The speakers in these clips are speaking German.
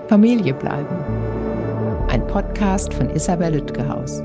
Familie bleiben. Ein Podcast von Isabel Lütgehaus.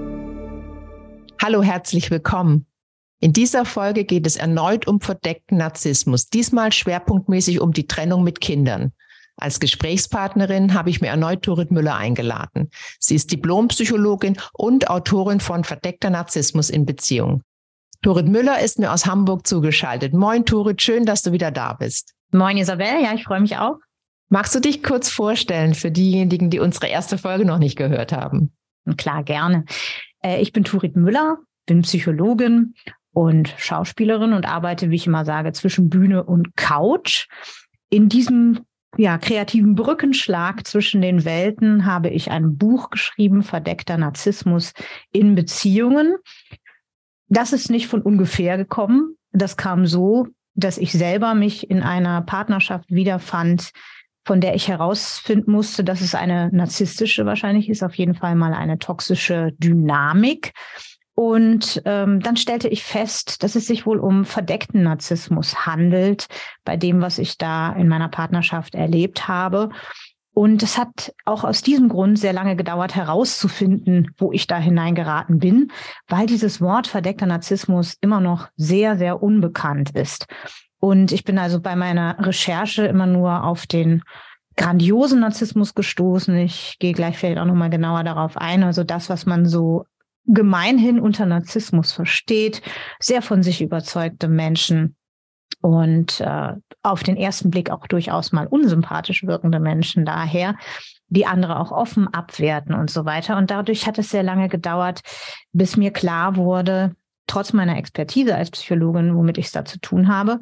Hallo, herzlich willkommen. In dieser Folge geht es erneut um verdeckten Narzissmus, diesmal schwerpunktmäßig um die Trennung mit Kindern. Als Gesprächspartnerin habe ich mir erneut Turit Müller eingeladen. Sie ist Diplompsychologin und Autorin von Verdeckter Narzissmus in Beziehung. Turit Müller ist mir aus Hamburg zugeschaltet. Moin Turit, schön, dass du wieder da bist. Moin Isabel, ja, ich freue mich auch. Magst du dich kurz vorstellen für diejenigen, die unsere erste Folge noch nicht gehört haben? Klar, gerne. Ich bin Turit Müller, bin Psychologin und Schauspielerin und arbeite, wie ich immer sage, zwischen Bühne und Couch. In diesem kreativen Brückenschlag zwischen den Welten habe ich ein Buch geschrieben, Verdeckter Narzissmus in Beziehungen. Das ist nicht von ungefähr gekommen. Das kam so, dass ich selber mich in einer Partnerschaft wiederfand, von der ich herausfinden musste, dass es eine narzisstische wahrscheinlich ist, auf jeden Fall mal eine toxische Dynamik. Und dann stellte ich fest, dass es sich wohl um verdeckten Narzissmus handelt, bei dem, was ich da in meiner Partnerschaft erlebt habe. Und es hat auch aus diesem Grund sehr lange gedauert, herauszufinden, wo ich da hineingeraten bin, weil dieses Wort verdeckter Narzissmus immer noch sehr, sehr unbekannt ist. Und ich bin also bei meiner Recherche immer nur auf den grandiosen Narzissmus gestoßen. Ich gehe gleich vielleicht auch nochmal genauer darauf ein. Also das, was man so gemeinhin unter Narzissmus versteht, sehr von sich überzeugte Menschen und auf den ersten Blick auch durchaus mal unsympathisch wirkende Menschen daher, die andere auch offen abwerten und so weiter. Und dadurch hat es sehr lange gedauert, bis mir klar wurde, trotz meiner Expertise als Psychologin, womit ich es da zu tun habe.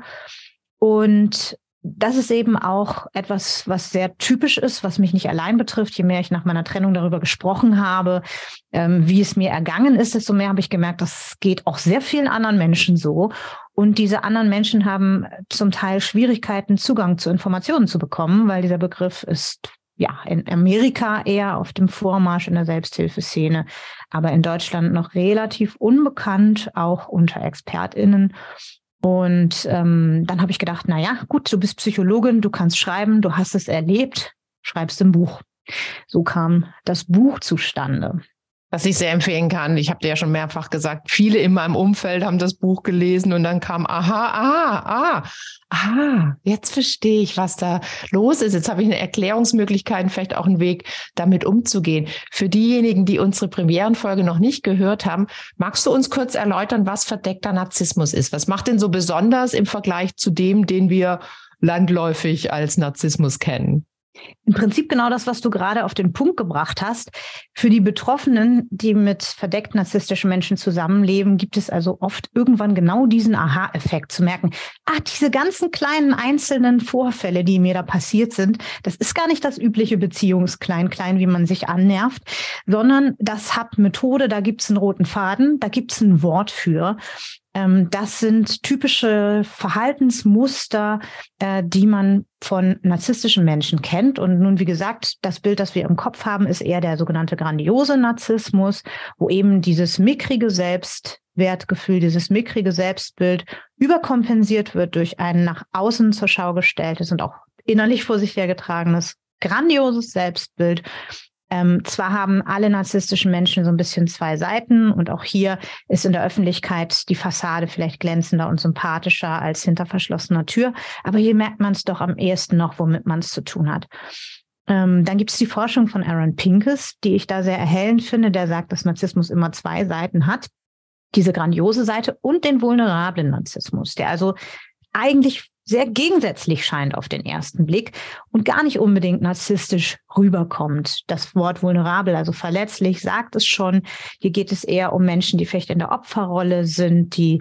Und das ist eben auch etwas, was sehr typisch ist, was mich nicht allein betrifft. Je mehr ich nach meiner Trennung darüber gesprochen habe, wie es mir ergangen ist, desto mehr habe ich gemerkt, das geht auch sehr vielen anderen Menschen so. Und diese anderen Menschen haben zum Teil Schwierigkeiten, Zugang zu Informationen zu bekommen, weil dieser Begriff ist in Amerika eher auf dem Vormarsch in der Selbsthilfeszene, aber in Deutschland noch relativ unbekannt, auch unter ExpertInnen. Und dann habe ich gedacht, gut, du bist Psychologin, du kannst schreiben, du hast es erlebt, schreibst ein Buch. So kam das Buch zustande. Was ich sehr empfehlen kann, ich habe dir ja schon mehrfach gesagt, viele in meinem Umfeld haben das Buch gelesen und dann kam, jetzt verstehe ich, was da los ist. Jetzt habe ich eine Erklärungsmöglichkeit, vielleicht auch einen Weg, damit umzugehen. Für diejenigen, die unsere Premierenfolge noch nicht gehört haben, magst du uns kurz erläutern, was verdeckter Narzissmus ist? Was macht den so besonders im Vergleich zu dem, den wir landläufig als Narzissmus kennen? Im Prinzip genau das, was du gerade auf den Punkt gebracht hast. Für die Betroffenen, die mit verdeckt narzisstischen Menschen zusammenleben, gibt es also oft irgendwann genau diesen Aha-Effekt zu merken, diese ganzen kleinen einzelnen Vorfälle, die mir da passiert sind, das ist gar nicht das übliche Beziehungsklein-Klein, wie man sich annervt, sondern das hat Methode, da gibt es einen roten Faden, da gibt es ein Wort für. Das sind typische Verhaltensmuster, die man von narzisstischen Menschen kennt. Und nun, wie gesagt, das Bild, das wir im Kopf haben, ist eher der sogenannte grandiose Narzissmus, wo eben dieses mickrige Selbstwertgefühl, dieses mickrige Selbstbild überkompensiert wird durch ein nach außen zur Schau gestelltes und auch innerlich vor sich hergetragenes grandioses Selbstbild. Zwar haben alle narzisstischen Menschen so ein bisschen zwei Seiten und auch hier ist in der Öffentlichkeit die Fassade vielleicht glänzender und sympathischer als hinter verschlossener Tür, aber hier merkt man es doch am ehesten noch, womit man es zu tun hat. Dann gibt es die Forschung von Aaron Pincus, die ich da sehr erhellend finde, der sagt, dass Narzissmus immer zwei Seiten hat, diese grandiose Seite und den vulnerablen Narzissmus, der also eigentlich sehr gegensätzlich scheint auf den ersten Blick und gar nicht unbedingt narzisstisch rüberkommt. Das Wort vulnerabel, also verletzlich, sagt es schon. Hier geht es eher um Menschen, die vielleicht in der Opferrolle sind, die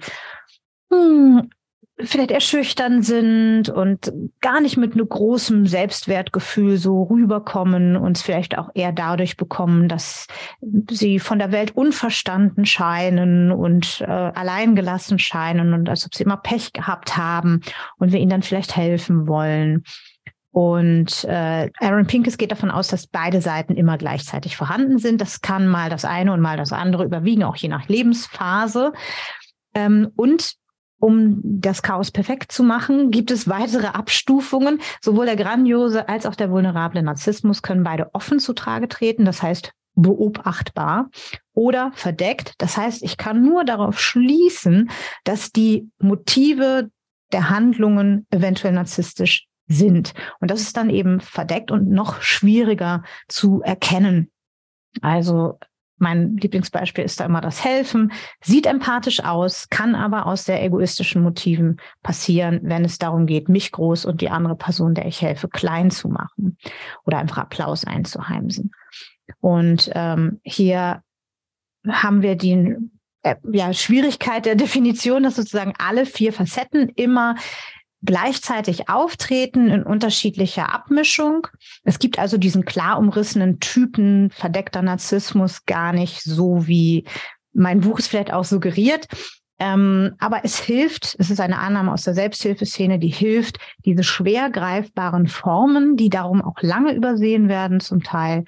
vielleicht eher schüchtern sind und gar nicht mit einem großen Selbstwertgefühl so rüberkommen und es vielleicht auch eher dadurch bekommen, dass sie von der Welt unverstanden scheinen und alleingelassen scheinen und als ob sie immer Pech gehabt haben und wir ihnen dann vielleicht helfen wollen. Und Aaron Pincus geht davon aus, dass beide Seiten immer gleichzeitig vorhanden sind. Das kann mal das eine und mal das andere überwiegen, auch je nach Lebensphase. Und um das Chaos perfekt zu machen, gibt es weitere Abstufungen. Sowohl der grandiose als auch der vulnerable Narzissmus können beide offen zutage treten, das heißt beobachtbar, oder verdeckt. Das heißt, ich kann nur darauf schließen, dass die Motive der Handlungen eventuell narzisstisch sind. Und das ist dann eben verdeckt und noch schwieriger zu erkennen. Also mein Lieblingsbeispiel ist da immer das Helfen, sieht empathisch aus, kann aber aus sehr egoistischen Motiven passieren, wenn es darum geht, mich groß und die andere Person, der ich helfe, klein zu machen oder einfach Applaus einzuheimsen. Und hier haben wir die Schwierigkeit der Definition, dass sozusagen alle 4 Facetten immer gleichzeitig auftreten in unterschiedlicher Abmischung. Es gibt also diesen klar umrissenen Typen verdeckter Narzissmus gar nicht, so wie mein Buch es vielleicht auch suggeriert. Aber es hilft, es ist eine Annahme aus der Selbsthilfeszene, die hilft, diese schwer greifbaren Formen, die darum auch lange übersehen werden, zum Teil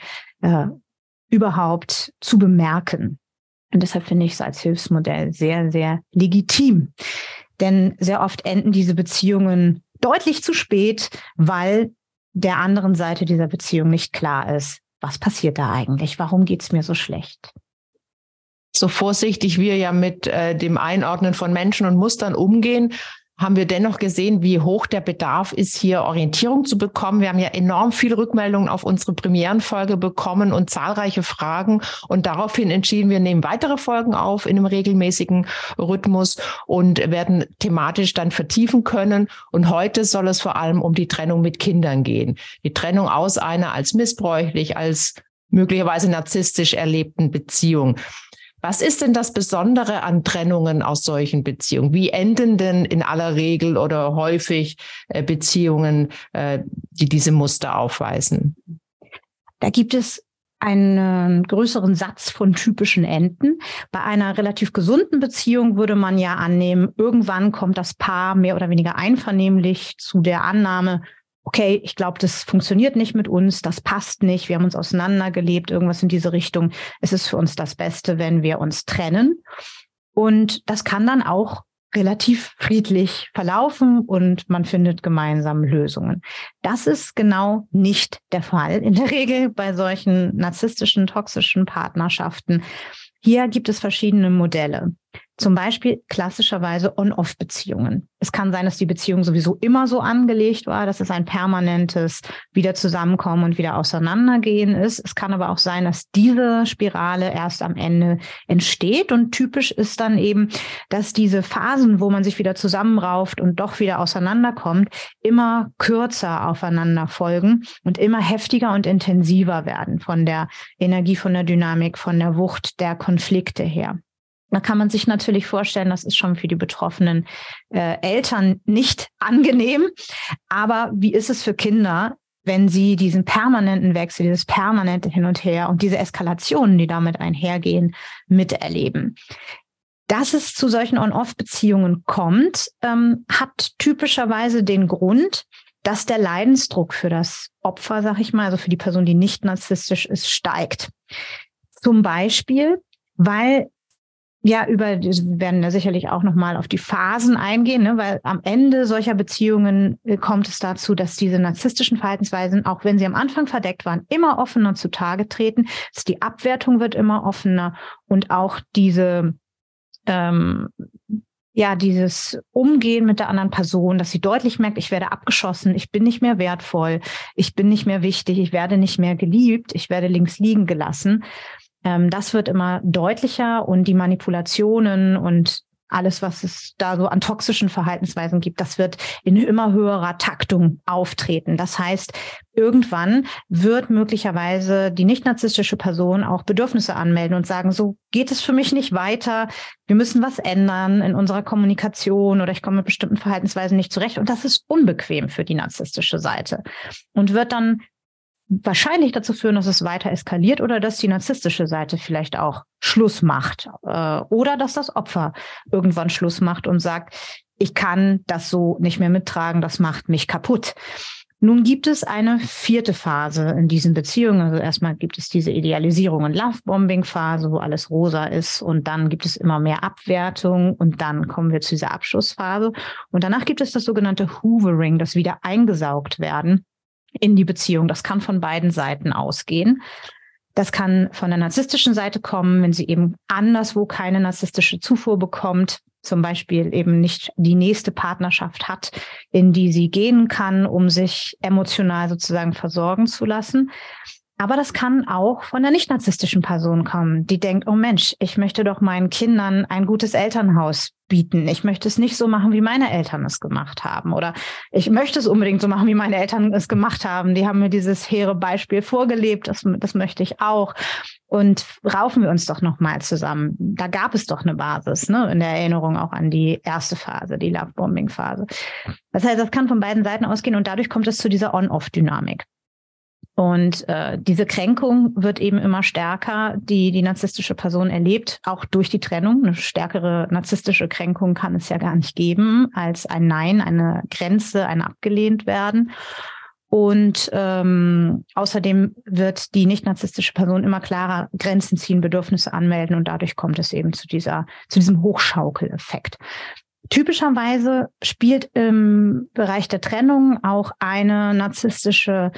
überhaupt zu bemerken. Und deshalb finde ich es als Hilfsmodell sehr, sehr legitim. Denn sehr oft enden diese Beziehungen deutlich zu spät, weil der anderen Seite dieser Beziehung nicht klar ist, was passiert da eigentlich? Warum geht's mir so schlecht? So vorsichtig wir ja mit dem Einordnen von Menschen und Mustern umgehen, haben wir dennoch gesehen, wie hoch der Bedarf ist, hier Orientierung zu bekommen. Wir haben ja enorm viele Rückmeldungen auf unsere Premierenfolge bekommen und zahlreiche Fragen. Und daraufhin entschieden wir, nehmen weitere Folgen auf in einem regelmäßigen Rhythmus und werden thematisch dann vertiefen können. Und heute soll es vor allem um die Trennung mit Kindern gehen. Die Trennung aus einer als missbräuchlich, als möglicherweise narzisstisch erlebten Beziehung. Was ist denn das Besondere an Trennungen aus solchen Beziehungen? Wie enden denn in aller Regel oder häufig Beziehungen, die diese Muster aufweisen? Da gibt es einen größeren Satz von typischen Enden. Bei einer relativ gesunden Beziehung würde man ja annehmen, irgendwann kommt das Paar mehr oder weniger einvernehmlich zu der Annahme, okay, ich glaube, das funktioniert nicht mit uns, das passt nicht, wir haben uns auseinandergelebt, irgendwas in diese Richtung. Es ist für uns das Beste, wenn wir uns trennen. Und das kann dann auch relativ friedlich verlaufen und man findet gemeinsam Lösungen. Das ist genau nicht der Fall in der Regel bei solchen narzisstischen, toxischen Partnerschaften. Hier gibt es verschiedene Modelle. Zum Beispiel klassischerweise On-Off-Beziehungen. Es kann sein, dass die Beziehung sowieso immer so angelegt war, dass es ein permanentes wieder zusammenkommen und wieder auseinandergehen ist. Es kann aber auch sein, dass diese Spirale erst am Ende entsteht. Und typisch ist dann eben, dass diese Phasen, wo man sich wieder zusammenrauft und doch wieder auseinanderkommt, immer kürzer aufeinander folgen und immer heftiger und intensiver werden von der Energie, von der Dynamik, von der Wucht der Konflikte her. Da kann man sich natürlich vorstellen, das ist schon für die betroffenen Eltern nicht angenehm. Aber wie ist es für Kinder, wenn sie diesen permanenten Wechsel, dieses permanente Hin und Her und diese Eskalationen, die damit einhergehen, miterleben? Dass es zu solchen On-Off-Beziehungen kommt, hat typischerweise den Grund, dass der Leidensdruck für das Opfer, sag ich mal, also für die Person, die nicht narzisstisch ist, steigt. Zum Beispiel, weil wir werden da sicherlich auch nochmal auf die Phasen eingehen, ne? Weil am Ende solcher Beziehungen kommt es dazu, dass diese narzisstischen Verhaltensweisen, auch wenn sie am Anfang verdeckt waren, immer offener zutage treten. Dass die Abwertung wird immer offener und auch dieses Umgehen mit der anderen Person, dass sie deutlich merkt, ich werde abgeschossen, ich bin nicht mehr wertvoll, ich bin nicht mehr wichtig, ich werde nicht mehr geliebt, ich werde links liegen gelassen. Das wird immer deutlicher und die Manipulationen und alles, was es da so an toxischen Verhaltensweisen gibt, das wird in immer höherer Taktung auftreten. Das heißt, irgendwann wird möglicherweise die nicht-narzisstische Person auch Bedürfnisse anmelden und sagen, so geht es für mich nicht weiter, wir müssen was ändern in unserer Kommunikation oder ich komme mit bestimmten Verhaltensweisen nicht zurecht. Und das ist unbequem für die narzisstische Seite und wird dann wahrscheinlich dazu führen, dass es weiter eskaliert oder dass die narzisstische Seite vielleicht auch Schluss macht oder dass das Opfer irgendwann Schluss macht und sagt, ich kann das so nicht mehr mittragen, das macht mich kaputt. Nun gibt es eine 4. Phase in diesen Beziehungen. Also erstmal gibt es diese Idealisierung- und Lovebombing-Phase, wo alles rosa ist. Und dann gibt es immer mehr Abwertung. Und dann kommen wir zu dieser Abschlussphase. Und danach gibt es das sogenannte Hoovering, das wieder eingesaugt werden in die Beziehung. Das kann von beiden Seiten ausgehen. Das kann von der narzisstischen Seite kommen, wenn sie eben anderswo keine narzisstische Zufuhr bekommt, zum Beispiel eben nicht die nächste Partnerschaft hat, in die sie gehen kann, um sich emotional sozusagen versorgen zu lassen. Aber das kann auch von der nicht narzisstischen Person kommen, die denkt, oh Mensch, ich möchte doch meinen Kindern ein gutes Elternhaus bieten. Ich möchte es nicht so machen, wie meine Eltern es gemacht haben. Oder ich möchte es unbedingt so machen, wie meine Eltern es gemacht haben. Die haben mir dieses hehre Beispiel vorgelebt. Das möchte ich auch. Und raufen wir uns doch nochmal zusammen. Da gab es doch eine Basis, ne, in der Erinnerung auch an die erste Phase, die Lovebombing-Phase. Das heißt, das kann von beiden Seiten ausgehen und dadurch kommt es zu dieser On-Off-Dynamik. Und diese Kränkung wird eben immer stärker, die narzisstische Person erlebt, auch durch die Trennung. Eine stärkere narzisstische Kränkung kann es ja gar nicht geben als ein Nein, eine Grenze, ein abgelehnt werden. Und außerdem wird die nicht-narzisstische Person immer klarer Grenzen ziehen, Bedürfnisse anmelden und dadurch kommt es eben zu diesem Hochschaukeleffekt. Typischerweise spielt im Bereich der Trennung auch eine narzisstische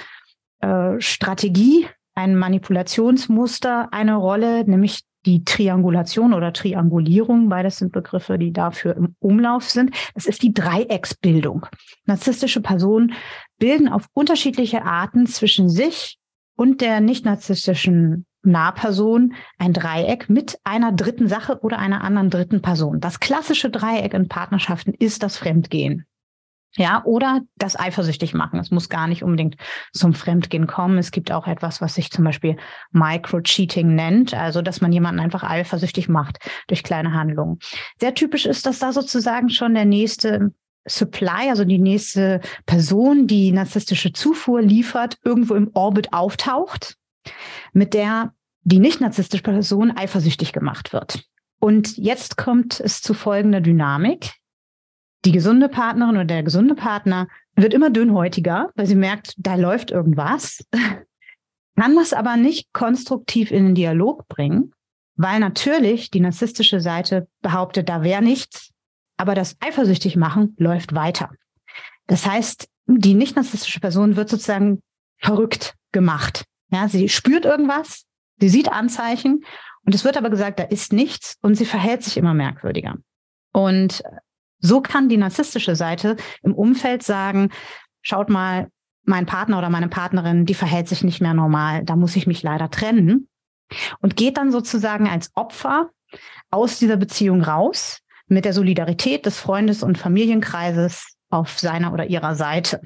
Strategie, ein Manipulationsmuster eine Rolle, nämlich die Triangulation oder Triangulierung. Beides sind Begriffe, die dafür im Umlauf sind. Das ist die Dreiecksbildung. Narzisstische Personen bilden auf unterschiedliche Arten zwischen sich und der nicht-narzisstischen Nahperson ein Dreieck mit einer dritten Sache oder einer anderen dritten Person. Das klassische Dreieck in Partnerschaften ist das Fremdgehen. Ja, oder das eifersüchtig machen. Es muss gar nicht unbedingt zum Fremdgehen kommen. Es gibt auch etwas, was sich zum Beispiel Micro-Cheating nennt, also dass man jemanden einfach eifersüchtig macht durch kleine Handlungen. Sehr typisch ist, dass da sozusagen schon der nächste Supply, also die nächste Person, die narzisstische Zufuhr liefert, irgendwo im Orbit auftaucht, mit der die nicht-narzisstische Person eifersüchtig gemacht wird. Und jetzt kommt es zu folgender Dynamik. Die gesunde Partnerin oder der gesunde Partner wird immer dünnhäutiger, weil sie merkt, da läuft irgendwas, kann das aber nicht konstruktiv in den Dialog bringen, weil natürlich die narzisstische Seite behauptet, da wäre nichts, aber das eifersüchtig machen läuft weiter. Das heißt, die nicht narzisstische Person wird sozusagen verrückt gemacht. Ja, sie spürt irgendwas, sie sieht Anzeichen und es wird aber gesagt, da ist nichts und sie verhält sich immer merkwürdiger. Und so kann die narzisstische Seite im Umfeld sagen, schaut mal, mein Partner oder meine Partnerin, die verhält sich nicht mehr normal, da muss ich mich leider trennen. Und geht dann sozusagen als Opfer aus dieser Beziehung raus mit der Solidarität des Freundes- und Familienkreises auf seiner oder ihrer Seite.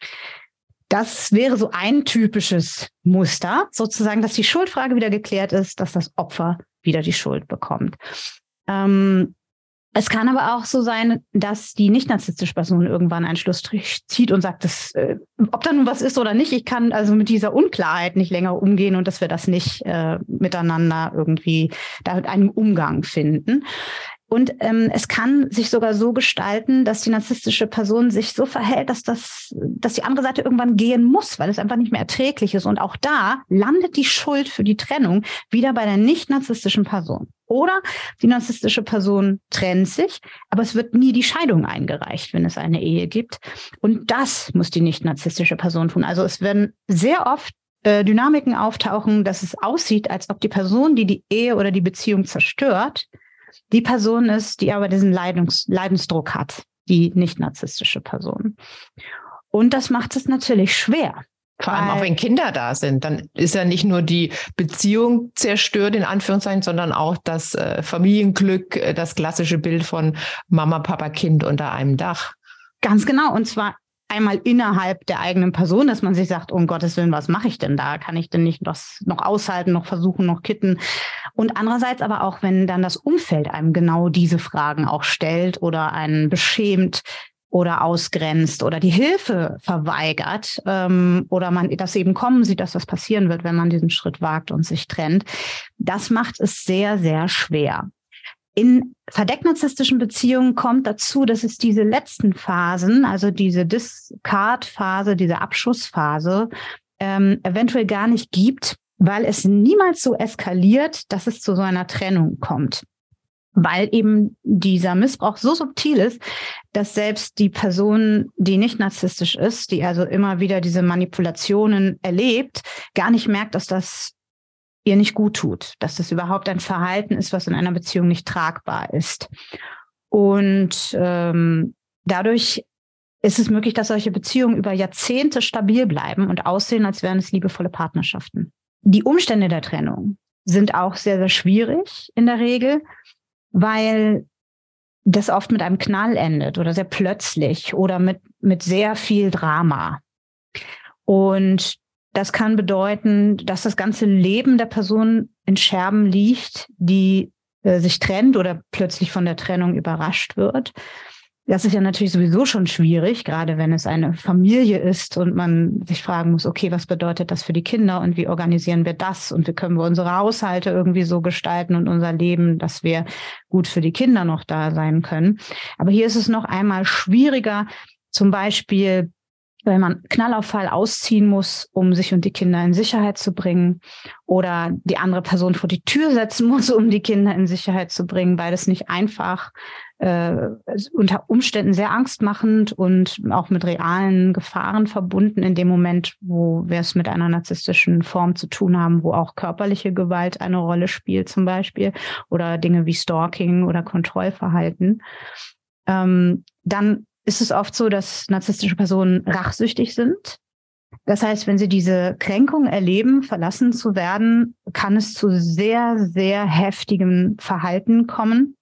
Das wäre so ein typisches Muster, sozusagen, dass die Schuldfrage wieder geklärt ist, dass das Opfer wieder die Schuld bekommt. Es kann aber auch so sein, dass die nicht-narzisstische Person irgendwann einen Schlussstrich zieht und sagt, ob da nun was ist oder nicht, ich kann also mit dieser Unklarheit nicht länger umgehen und dass wir das nicht miteinander irgendwie da einen Umgang finden. Und es kann sich sogar so gestalten, dass die narzisstische Person sich so verhält, dass die andere Seite irgendwann gehen muss, weil es einfach nicht mehr erträglich ist. Und auch da landet die Schuld für die Trennung wieder bei der nicht-narzisstischen Person. Oder die narzisstische Person trennt sich, aber es wird nie die Scheidung eingereicht, wenn es eine Ehe gibt. Und das muss die nicht-narzisstische Person tun. Also es werden sehr oft Dynamiken auftauchen, dass es aussieht, als ob die Person, die die Ehe oder die Beziehung zerstört, die Person ist, die aber diesen Leidensdruck hat, die nicht-narzisstische Person. Und das macht es natürlich schwer. Vor allem auch wenn Kinder da sind, dann ist ja nicht nur die Beziehung zerstört, in Anführungszeichen, sondern auch das Familienglück, das klassische Bild von Mama, Papa, Kind unter einem Dach. Ganz genau. Und zwar einmal innerhalb der eigenen Person, dass man sich sagt, um Gottes Willen, was mache ich denn da? Kann ich denn nicht das noch aushalten, noch versuchen, noch kitten? Und andererseits aber auch, wenn dann das Umfeld einem genau diese Fragen auch stellt oder einen beschämt oder ausgrenzt oder die Hilfe verweigert oder man das eben kommen sieht, dass das passieren wird, wenn man diesen Schritt wagt und sich trennt. Das macht es sehr, sehr schwer. In verdecknarzisstischen Beziehungen kommt dazu, dass es diese letzten Phasen, also diese Discard-Phase, diese Abschussphase, eventuell gar nicht gibt, weil es niemals so eskaliert, dass es zu so einer Trennung kommt. Weil eben dieser Missbrauch so subtil ist, dass selbst die Person, die nicht narzisstisch ist, die also immer wieder diese Manipulationen erlebt, gar nicht merkt, dass das ihr nicht gut tut, dass das überhaupt ein Verhalten ist, was in einer Beziehung nicht tragbar ist. Und dadurch ist es möglich, dass solche Beziehungen über Jahrzehnte stabil bleiben und aussehen, als wären es liebevolle Partnerschaften. Die Umstände der Trennung sind auch sehr, sehr schwierig in der Regel, weil das oft mit einem Knall endet oder sehr plötzlich oder mit sehr viel Drama. Und das kann bedeuten, dass das ganze Leben der Person in Scherben liegt, die sich trennt oder plötzlich von der Trennung überrascht wird. Das ist ja natürlich sowieso schon schwierig, gerade wenn es eine Familie ist und man sich fragen muss, okay, was bedeutet das für die Kinder und wie organisieren wir das und wie können wir unsere Haushalte irgendwie so gestalten und unser Leben, dass wir gut für die Kinder noch da sein können. Aber hier ist es noch einmal schwieriger, zum Beispiel, wenn man Knallauffall ausziehen muss, um sich und die Kinder in Sicherheit zu bringen oder die andere Person vor die Tür setzen muss, um die Kinder in Sicherheit zu bringen, weil das nicht einfach unter Umständen sehr angstmachend und auch mit realen Gefahren verbunden in dem Moment, wo wir es mit einer narzisstischen Form zu tun haben, wo auch körperliche Gewalt eine Rolle spielt zum Beispiel oder Dinge wie Stalking oder Kontrollverhalten. Dann ist es oft so, dass narzisstische Personen rachsüchtig sind. Das heißt, wenn sie diese Kränkung erleben, verlassen zu werden, kann es zu sehr, sehr heftigem Verhalten kommen.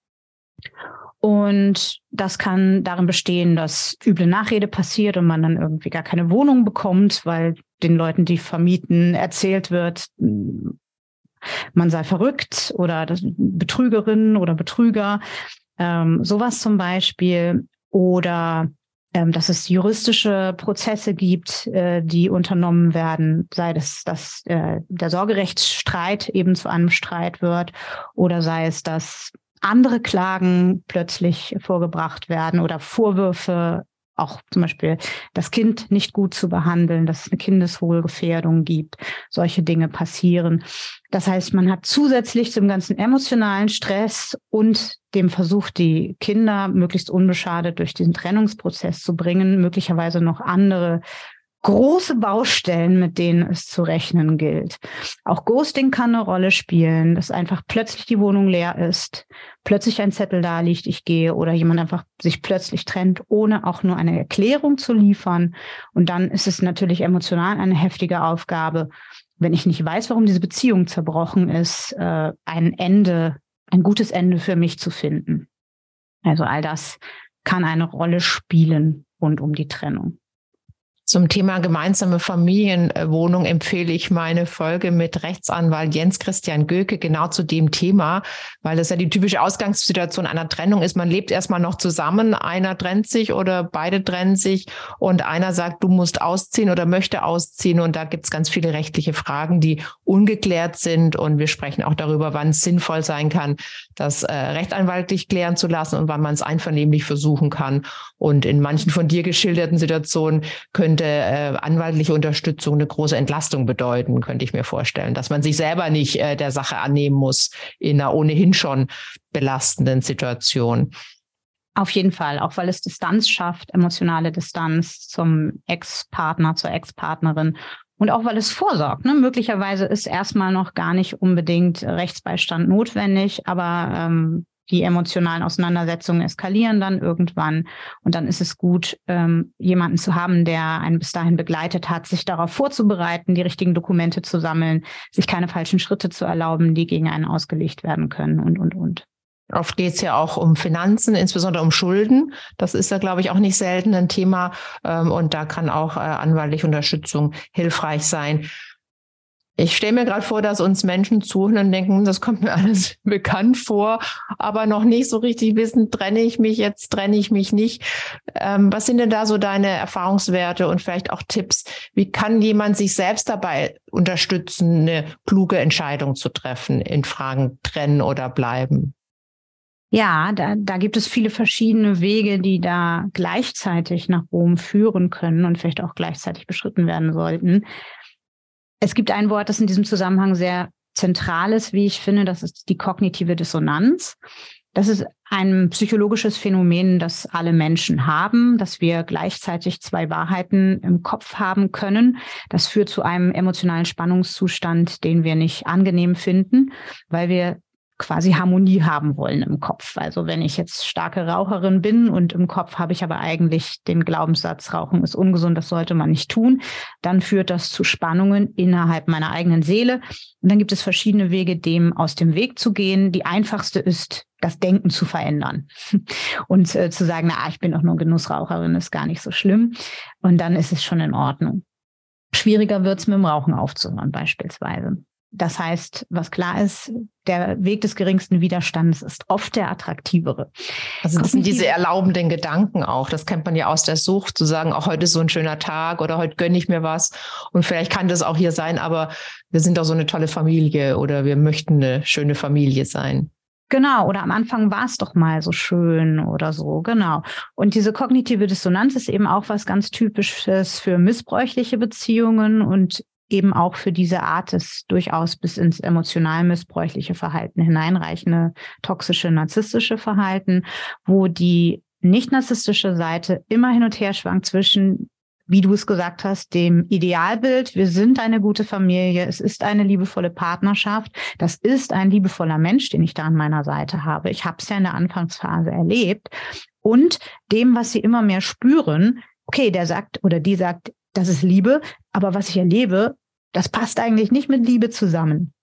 Und das kann darin bestehen, dass üble Nachrede passiert und man dann irgendwie gar keine Wohnung bekommt, weil den Leuten, die vermieten, erzählt wird, man sei verrückt oder Betrügerin oder Betrüger. Sowas zum Beispiel. Oder dass es juristische Prozesse gibt, die unternommen werden, sei es, dass der Sorgerechtsstreit eben zu einem Streit wird oder sei es, dass andere Klagen plötzlich vorgebracht werden oder Vorwürfe, auch zum Beispiel das Kind nicht gut zu behandeln, dass es eine Kindeswohlgefährdung gibt. Solche Dinge passieren. Das heißt, man hat zusätzlich zum ganzen emotionalen Stress und dem Versuch, die Kinder möglichst unbeschadet durch diesen Trennungsprozess zu bringen, möglicherweise noch andere große Baustellen, mit denen es zu rechnen gilt. Auch Ghosting kann eine Rolle spielen, dass einfach plötzlich die Wohnung leer ist, plötzlich ein Zettel da liegt, ich gehe, oder jemand einfach sich plötzlich trennt, ohne auch nur eine Erklärung zu liefern. Und dann ist es natürlich emotional eine heftige Aufgabe, wenn ich nicht weiß, warum diese Beziehung zerbrochen ist, ein gutes Ende für mich zu finden. Also all das kann eine Rolle spielen rund um die Trennung. Zum Thema gemeinsame Familienwohnung empfehle ich meine Folge mit Rechtsanwalt Jens Christian Göke genau zu dem Thema, weil das ja die typische Ausgangssituation einer Trennung ist. Man lebt erstmal noch zusammen, einer trennt sich oder beide trennen sich und einer sagt, du musst ausziehen oder möchte ausziehen, und da gibt es ganz viele rechtliche Fragen, die ungeklärt sind, und wir sprechen auch darüber, wann es sinnvoll sein kann, das rechtsanwaltlich klären zu lassen und wann man es einvernehmlich versuchen kann. Und in manchen von dir geschilderten Situationen könnte anwaltliche Unterstützung eine große Entlastung bedeuten, könnte ich mir vorstellen, dass man sich selber nicht der Sache annehmen muss in einer ohnehin schon belastenden Situation. Auf jeden Fall, auch weil es Distanz schafft, emotionale Distanz zum Ex-Partner, zur Ex-Partnerin. Und auch weil es vorsorgt. Ne? Möglicherweise ist erstmal noch gar nicht unbedingt Rechtsbeistand notwendig, aber die emotionalen Auseinandersetzungen eskalieren dann irgendwann. Und dann ist es gut, jemanden zu haben, der einen bis dahin begleitet hat, sich darauf vorzubereiten, die richtigen Dokumente zu sammeln, sich keine falschen Schritte zu erlauben, die gegen einen ausgelegt werden können und. Oft geht es ja auch um Finanzen, insbesondere um Schulden. Das ist ja, glaube ich, auch nicht selten ein Thema. Und da kann auch anwaltliche Unterstützung hilfreich sein. Ich stelle mir gerade vor, dass uns Menschen zuhören und denken, das kommt mir alles bekannt vor, aber noch nicht so richtig wissen, trenne ich mich jetzt, trenne ich mich nicht. Was sind denn da so deine Erfahrungswerte und vielleicht auch Tipps? Wie kann jemand sich selbst dabei unterstützen, eine kluge Entscheidung zu treffen in Fragen trennen oder bleiben? Ja, da gibt es viele verschiedene Wege, die da gleichzeitig nach Rom führen können und vielleicht auch gleichzeitig beschritten werden sollten. Es gibt ein Wort, das in diesem Zusammenhang sehr zentral ist, wie ich finde, das ist die kognitive Dissonanz. Das ist ein psychologisches Phänomen, das alle Menschen haben, dass wir gleichzeitig zwei Wahrheiten im Kopf haben können. Das führt zu einem emotionalen Spannungszustand, den wir nicht angenehm finden, weil wir quasi Harmonie haben wollen im Kopf. Also wenn ich jetzt starke Raucherin bin und im Kopf habe ich aber eigentlich den Glaubenssatz, Rauchen ist ungesund, das sollte man nicht tun, dann führt das zu Spannungen innerhalb meiner eigenen Seele. Und dann gibt es verschiedene Wege, dem aus dem Weg zu gehen. Die einfachste ist, das Denken zu verändern und zu sagen, ich bin doch nur Genussraucherin, ist gar nicht so schlimm. Und dann ist es schon in Ordnung. Schwieriger wird es mit dem Rauchen aufzuhören beispielsweise. Das heißt, was klar ist, der Weg des geringsten Widerstands ist oft der attraktivere. Also das sind diese erlaubenden Gedanken auch. Das kennt man ja aus der Sucht, zu sagen, auch heute ist so ein schöner Tag oder heute gönne ich mir was. Und vielleicht kann das auch hier sein, aber wir sind doch so eine tolle Familie oder wir möchten eine schöne Familie sein. Genau, oder am Anfang war es doch mal so schön oder so, genau. Und diese kognitive Dissonanz ist eben auch was ganz Typisches für missbräuchliche Beziehungen und eben auch für diese Art des durchaus bis ins emotional missbräuchliche Verhalten hineinreichende toxische, narzisstische Verhalten, wo die nicht-narzisstische Seite immer hin und her schwankt zwischen, wie du es gesagt hast, dem Idealbild, wir sind eine gute Familie, es ist eine liebevolle Partnerschaft, das ist ein liebevoller Mensch, den ich da an meiner Seite habe. Ich habe es ja in der Anfangsphase erlebt. Und dem, was sie immer mehr spüren, okay, der sagt oder die sagt, das ist Liebe, aber was ich erlebe, das passt eigentlich nicht mit Liebe zusammen.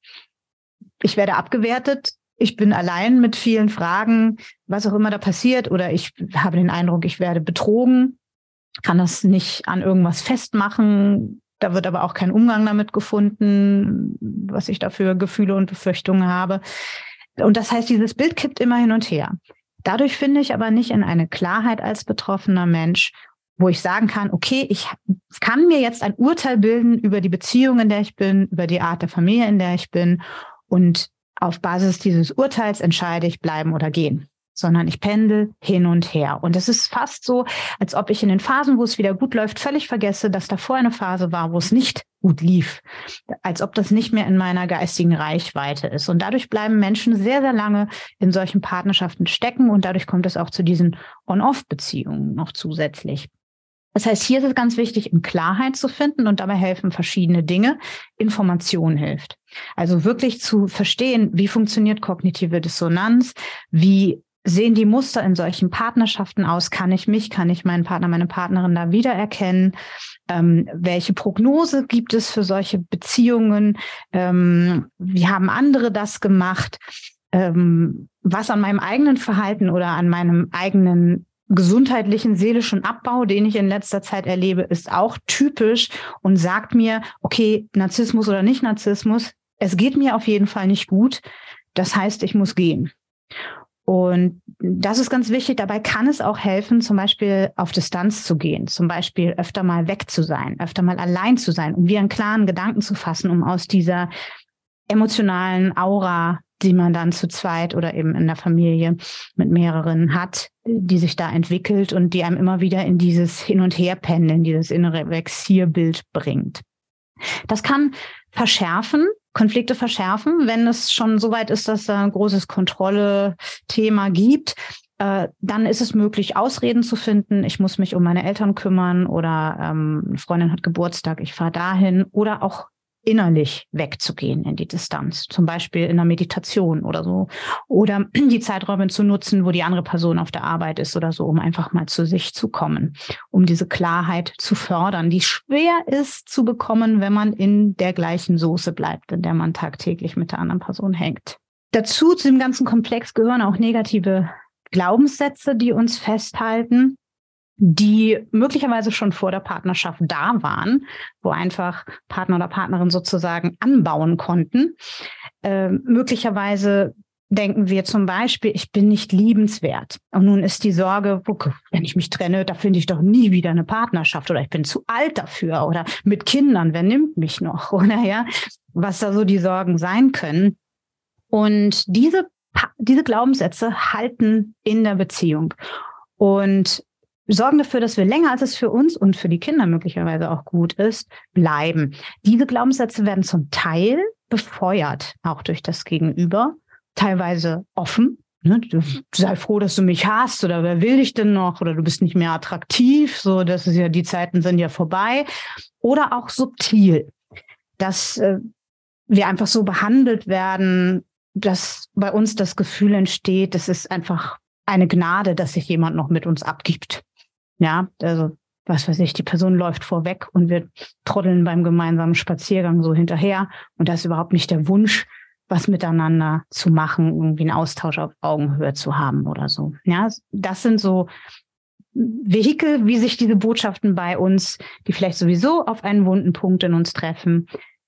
Ich werde abgewertet, ich bin allein mit vielen Fragen, was auch immer da passiert, oder ich habe den Eindruck, ich werde betrogen, kann das nicht an irgendwas festmachen, da wird aber auch kein Umgang damit gefunden, was ich da für Gefühle und Befürchtungen habe. Und das heißt, dieses Bild kippt immer hin und her. Dadurch finde ich aber nicht in eine Klarheit als betroffener Mensch, wo ich sagen kann, okay, ich kann mir jetzt ein Urteil bilden über die Beziehung, in der ich bin, über die Art der Familie, in der ich bin. Und auf Basis dieses Urteils entscheide ich, bleiben oder gehen. Sondern ich pendel hin und her. Und es ist fast so, als ob ich in den Phasen, wo es wieder gut läuft, völlig vergesse, dass davor eine Phase war, wo es nicht gut lief. Als ob das nicht mehr in meiner geistigen Reichweite ist. Und dadurch bleiben Menschen sehr, sehr lange in solchen Partnerschaften stecken. Und dadurch kommt es auch zu diesen On-Off-Beziehungen noch zusätzlich. Das heißt, hier ist es ganz wichtig, Klarheit zu finden und dabei helfen verschiedene Dinge. Information hilft. Also wirklich zu verstehen, wie funktioniert kognitive Dissonanz, wie sehen die Muster in solchen Partnerschaften aus? Kann ich meinen Partner, meine Partnerin da wiedererkennen? Welche Prognose gibt es für solche Beziehungen? Wie haben andere das gemacht? Was an meinem eigenen Verhalten oder an meinem eigenen gesundheitlichen, seelischen Abbau, den ich in letzter Zeit erlebe, ist auch typisch und sagt mir, okay, Narzissmus oder nicht Narzissmus, es geht mir auf jeden Fall nicht gut. Das heißt, ich muss gehen. Und das ist ganz wichtig. Dabei kann es auch helfen, zum Beispiel auf Distanz zu gehen, zum Beispiel öfter mal weg zu sein, öfter mal allein zu sein, um wieder einen klaren Gedanken zu fassen, um aus dieser emotionalen Aura, die man dann zu zweit oder eben in der Familie mit mehreren hat, die sich da entwickelt und die einem immer wieder in dieses Hin- und Herpendeln, dieses innere Vexierbild bringt. Das kann Konflikte verschärfen, wenn es schon so weit ist, dass es ein großes Kontrolle-Thema gibt. Dann ist es möglich, Ausreden zu finden. Ich muss mich um meine Eltern kümmern oder eine Freundin hat Geburtstag, ich fahre dahin, oder auch innerlich wegzugehen in die Distanz, zum Beispiel in der Meditation oder so, oder die Zeiträume zu nutzen, wo die andere Person auf der Arbeit ist oder so, um einfach mal zu sich zu kommen, um diese Klarheit zu fördern, die schwer ist zu bekommen, wenn man in der gleichen Soße bleibt, in der man tagtäglich mit der anderen Person hängt. Dazu, zu dem ganzen Komplex, gehören auch negative Glaubenssätze, die uns festhalten, die möglicherweise schon vor der Partnerschaft da waren, wo einfach Partner oder Partnerin sozusagen anbauen konnten. Möglicherweise denken wir zum Beispiel, ich bin nicht liebenswert. Und nun ist die Sorge, wenn ich mich trenne, da finde ich doch nie wieder eine Partnerschaft oder ich bin zu alt dafür oder mit Kindern, wer nimmt mich noch? Oder ja, was da so die Sorgen sein können. Und diese diese Glaubenssätze halten in der Beziehung und sorgen dafür, dass wir länger, als es für uns und für die Kinder möglicherweise auch gut ist, bleiben. Diese Glaubenssätze werden zum Teil befeuert, auch durch das Gegenüber, teilweise offen. Du sei froh, dass du mich hast, oder wer will dich denn noch, oder du bist nicht mehr attraktiv, so, das ist ja, die Zeiten sind ja vorbei. Oder auch subtil, dass wir einfach so behandelt werden, dass bei uns das Gefühl entsteht, das ist einfach eine Gnade, dass sich jemand noch mit uns abgibt. Ja, also was weiß ich, die Person läuft vorweg und wir trotteln beim gemeinsamen Spaziergang so hinterher, und da ist überhaupt nicht der Wunsch, was miteinander zu machen, irgendwie einen Austausch auf Augenhöhe zu haben oder so. Ja, das sind so Vehikel, wie sich diese Botschaften bei uns, die vielleicht sowieso auf einen wunden Punkt in uns treffen,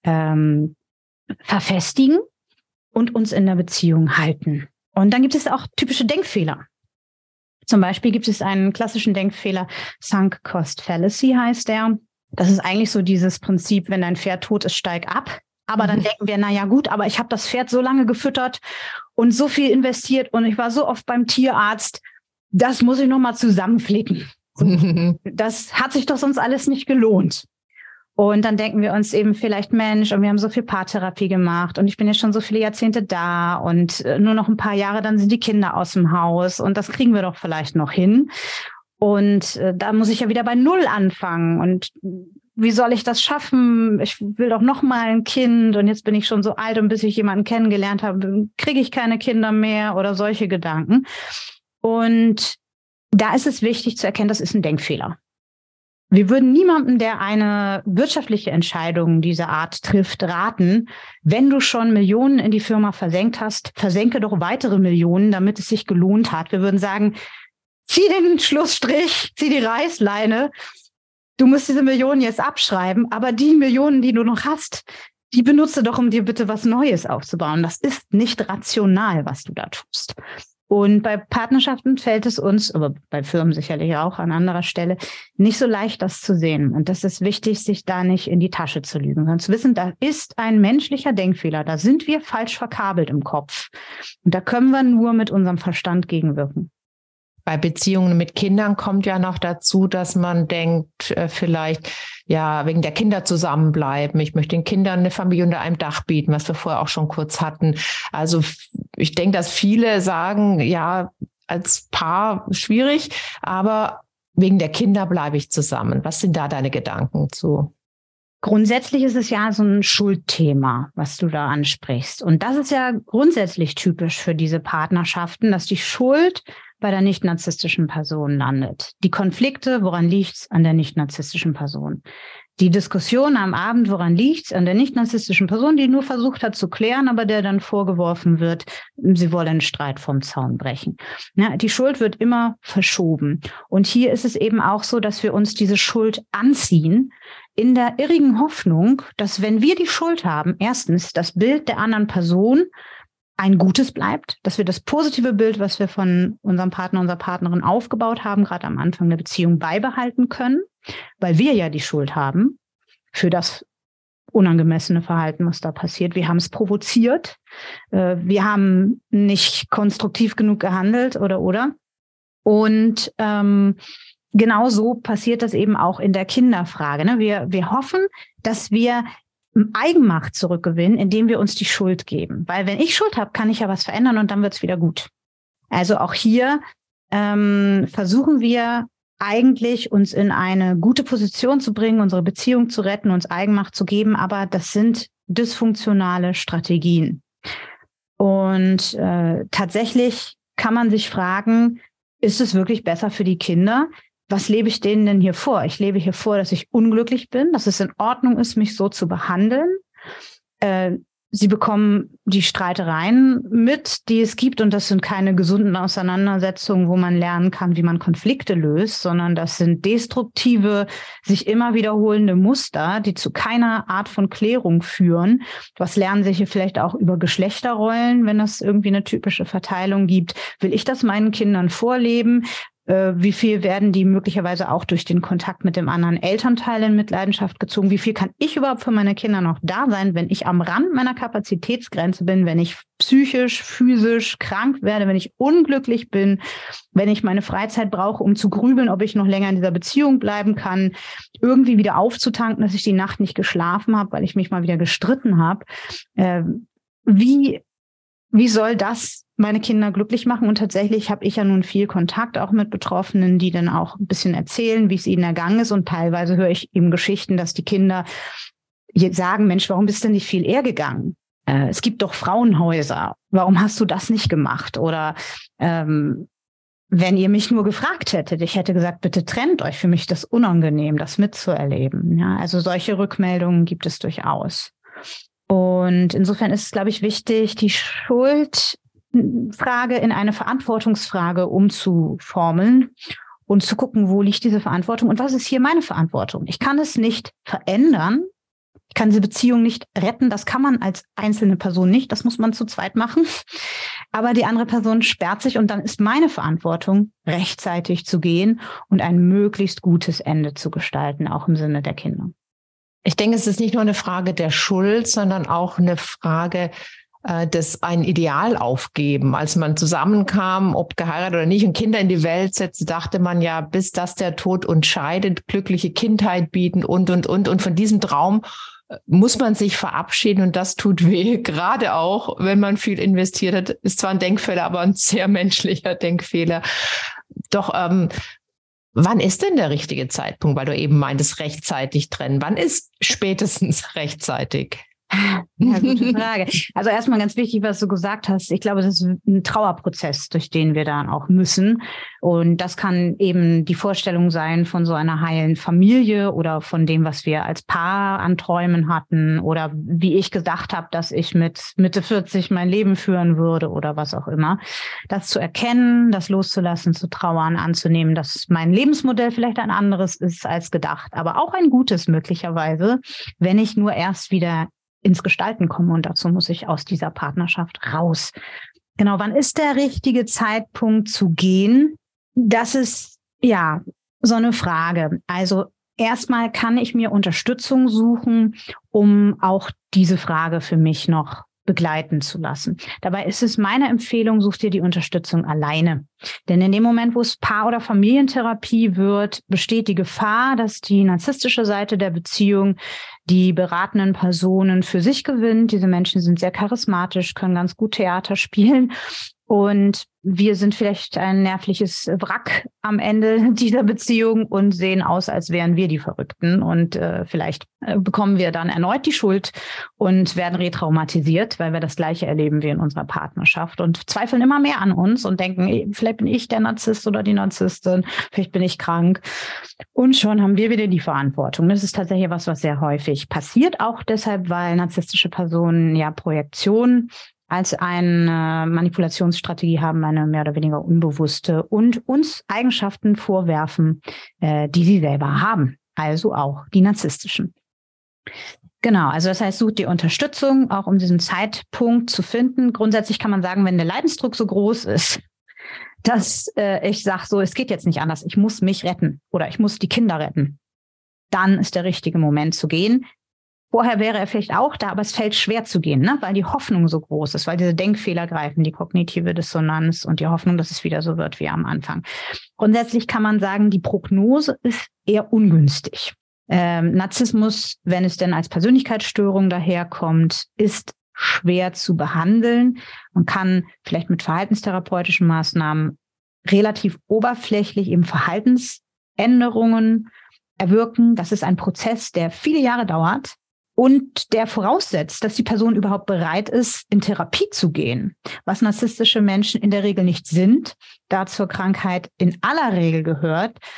verfestigen und uns in der Beziehung halten. Und dann gibt es auch typische Denkfehler. Zum Beispiel gibt es einen klassischen Denkfehler, Sunk Cost Fallacy heißt der. Das ist eigentlich so dieses Prinzip, wenn dein Pferd tot ist, steig ab. Aber dann denken wir, na ja gut, aber ich habe das Pferd so lange gefüttert und so viel investiert und ich war so oft beim Tierarzt, das muss ich nochmal zusammenflicken. Das hat sich doch sonst alles nicht gelohnt. Und dann denken wir uns eben vielleicht, Mensch, und wir haben so viel Paartherapie gemacht und ich bin jetzt schon so viele Jahrzehnte da und nur noch ein paar Jahre, dann sind die Kinder aus dem Haus und das kriegen wir doch vielleicht noch hin. Und da muss ich ja wieder bei Null anfangen. Und wie soll ich das schaffen? Ich will doch noch mal ein Kind und jetzt bin ich schon so alt und bis ich jemanden kennengelernt habe, kriege ich keine Kinder mehr oder solche Gedanken. Und da ist es wichtig zu erkennen, das ist ein Denkfehler. Wir würden niemandem, der eine wirtschaftliche Entscheidung dieser Art trifft, raten, wenn du schon Millionen in die Firma versenkt hast, versenke doch weitere Millionen, damit es sich gelohnt hat. Wir würden sagen, zieh den Schlussstrich, zieh die Reißleine. Du musst diese Millionen jetzt abschreiben, aber die Millionen, die du noch hast, die benutze doch, um dir bitte was Neues aufzubauen. Das ist nicht rational, was du da tust. Und bei Partnerschaften fällt es uns, aber bei Firmen sicherlich auch an anderer Stelle, nicht so leicht, das zu sehen. Und das ist wichtig, sich da nicht in die Tasche zu lügen, sondern zu wissen, da ist ein menschlicher Denkfehler. Da sind wir falsch verkabelt im Kopf. Und da können wir nur mit unserem Verstand gegenwirken. Bei Beziehungen mit Kindern kommt ja noch dazu, dass man denkt, vielleicht ja wegen der Kinder zusammenbleiben. Ich möchte den Kindern eine Familie unter einem Dach bieten, was wir vorher auch schon kurz hatten. Also ich denke, dass viele sagen, ja, als Paar schwierig, aber wegen der Kinder bleibe ich zusammen. Was sind da deine Gedanken zu? Grundsätzlich ist es ja so ein Schuldthema, was du da ansprichst. Und das ist ja grundsätzlich typisch für diese Partnerschaften, dass die Schuld bei der nicht-narzisstischen Person landet. Die Konflikte, woran liegt's? An der nicht-narzisstischen Person. Die Diskussion am Abend, woran liegt's? An der nicht-narzisstischen Person, die nur versucht hat zu klären, aber der dann vorgeworfen wird, sie wolle einen Streit vom Zaun brechen. Ja, die Schuld wird immer verschoben. Und hier ist es eben auch so, dass wir uns diese Schuld anziehen, in der irrigen Hoffnung, dass wenn wir die Schuld haben, erstens das Bild der anderen Person ein gutes bleibt, dass wir das positive Bild, was wir von unserem Partner, unserer Partnerin aufgebaut haben, gerade am Anfang der Beziehung beibehalten können, weil wir ja die Schuld haben für das unangemessene Verhalten, was da passiert. Wir haben es provoziert, wir haben nicht konstruktiv genug gehandelt oder. Und genau so passiert das eben auch in der Kinderfrage. Ne? Wir hoffen, dass wir Eigenmacht zurückgewinnen, indem wir uns die Schuld geben. Weil wenn ich Schuld habe, kann ich ja was verändern und dann wird es wieder gut. Also auch hier versuchen wir eigentlich, uns in eine gute Position zu bringen, unsere Beziehung zu retten, uns Eigenmacht zu geben, aber das sind dysfunktionale Strategien. Und tatsächlich kann man sich fragen, ist es wirklich besser für die Kinder? Was lebe ich denen denn hier vor? Ich lebe hier vor, dass ich unglücklich bin, dass es in Ordnung ist, mich so zu behandeln. Sie bekommen die Streitereien mit, die es gibt. Und das sind keine gesunden Auseinandersetzungen, wo man lernen kann, wie man Konflikte löst, sondern das sind destruktive, sich immer wiederholende Muster, die zu keiner Art von Klärung führen. Was lernen Sie hier vielleicht auch über Geschlechterrollen, wenn es irgendwie eine typische Verteilung gibt? Will ich das meinen Kindern vorleben? Wie viel werden die möglicherweise auch durch den Kontakt mit dem anderen Elternteil in Mitleidenschaft gezogen? Wie viel kann ich überhaupt für meine Kinder noch da sein, wenn ich am Rand meiner Kapazitätsgrenze bin, wenn ich psychisch, physisch krank werde, wenn ich unglücklich bin, wenn ich meine Freizeit brauche, um zu grübeln, ob ich noch länger in dieser Beziehung bleiben kann, irgendwie wieder aufzutanken, dass ich die Nacht nicht geschlafen habe, weil ich mich mal wieder gestritten habe. Wie soll das meine Kinder glücklich machen? Und tatsächlich habe ich ja nun viel Kontakt auch mit Betroffenen, die dann auch ein bisschen erzählen, wie es ihnen ergangen ist. Und teilweise höre ich eben Geschichten, dass die Kinder sagen, Mensch, warum bist du nicht viel eher gegangen? Es gibt doch Frauenhäuser. Warum hast du das nicht gemacht? Oder wenn ihr mich nur gefragt hättet, ich hätte gesagt, bitte trennt euch. Für mich ist das unangenehm, das mitzuerleben. Ja, also solche Rückmeldungen gibt es durchaus. Und insofern ist es, glaube ich, wichtig, die Schuldfrage in eine Verantwortungsfrage umzuformeln und zu gucken, wo liegt diese Verantwortung und was ist hier meine Verantwortung? Ich kann es nicht verändern. Ich kann diese Beziehung nicht retten. Das kann man als einzelne Person nicht. Das muss man zu zweit machen. Aber die andere Person sperrt sich und dann ist meine Verantwortung, rechtzeitig zu gehen und ein möglichst gutes Ende zu gestalten, auch im Sinne der Kinder. Ich denke, es ist nicht nur eine Frage der Schuld, sondern auch eine Frage des ein Ideal aufgeben. Als man zusammenkam, ob geheiratet oder nicht, und Kinder in die Welt setzte, dachte man ja, bis das der Tod uns scheidet, glückliche Kindheit bieten und. Und von diesem Traum muss man sich verabschieden und das tut weh, gerade auch, wenn man viel investiert hat. Ist zwar ein Denkfehler, aber ein sehr menschlicher Denkfehler. Doch wann ist denn der richtige Zeitpunkt, weil du eben meintest, rechtzeitig trennen? Wann ist spätestens rechtzeitig? Ja, gute Frage. Also erstmal ganz wichtig, was du gesagt hast. Ich glaube, das ist ein Trauerprozess, durch den wir dann auch müssen. Und das kann eben die Vorstellung sein von so einer heilen Familie oder von dem, was wir als Paar an Träumen hatten oder wie ich gedacht habe, dass ich mit Mitte 40 mein Leben führen würde oder was auch immer. Das zu erkennen, das loszulassen, zu trauern, anzunehmen, dass mein Lebensmodell vielleicht ein anderes ist als gedacht, aber auch ein gutes möglicherweise, wenn ich nur erst wieder ins Gestalten komme und dazu muss ich aus dieser Partnerschaft raus. Genau, wann ist der richtige Zeitpunkt zu gehen? Das ist ja so eine Frage. Also erstmal kann ich mir Unterstützung suchen, um auch diese Frage für mich noch begleiten zu lassen. Dabei ist es meine Empfehlung, such dir die Unterstützung alleine. Denn in dem Moment, wo es Paar- oder Familientherapie wird, besteht die Gefahr, dass die narzisstische Seite der Beziehung die beratenden Personen für sich gewinnt. Diese Menschen sind sehr charismatisch, können ganz gut Theater spielen. Und wir sind vielleicht ein nervliches Wrack am Ende dieser Beziehung und sehen aus, als wären wir die Verrückten. Und vielleicht bekommen wir dann erneut die Schuld und werden retraumatisiert, weil wir das Gleiche erleben wie in unserer Partnerschaft und zweifeln immer mehr an uns und denken, vielleicht bin ich der Narzisst oder die Narzisstin, vielleicht bin ich krank. Und schon haben wir wieder die Verantwortung. Das ist tatsächlich was sehr häufig passiert, auch deshalb, weil narzisstische Personen ja Projektionen als eine Manipulationsstrategie haben, eine mehr oder weniger unbewusste und uns Eigenschaften vorwerfen, die sie selber haben, also auch die narzisstischen. Genau, also das heißt, sucht die Unterstützung, auch um diesen Zeitpunkt zu finden. Grundsätzlich kann man sagen, wenn der Leidensdruck so groß ist, dass ich sage so, es geht jetzt nicht anders, ich muss mich retten oder ich muss die Kinder retten, dann ist der richtige Moment zu gehen. Vorher wäre er vielleicht auch da, aber es fällt schwer zu gehen, ne? Weil die Hoffnung so groß ist, weil diese Denkfehler greifen, die kognitive Dissonanz und die Hoffnung, dass es wieder so wird wie am Anfang. Grundsätzlich kann man sagen, die Prognose ist eher ungünstig. Narzissmus, wenn es denn als Persönlichkeitsstörung daherkommt, ist schwer zu behandeln. Man kann vielleicht mit verhaltenstherapeutischen Maßnahmen relativ oberflächlich eben Verhaltensänderungen erwirken. Das ist ein Prozess, der viele Jahre dauert. Und der voraussetzt, dass die Person überhaupt bereit ist, in Therapie zu gehen, was narzisstische Menschen in der Regel nicht sind, da zur Krankheit in aller Regel gehört,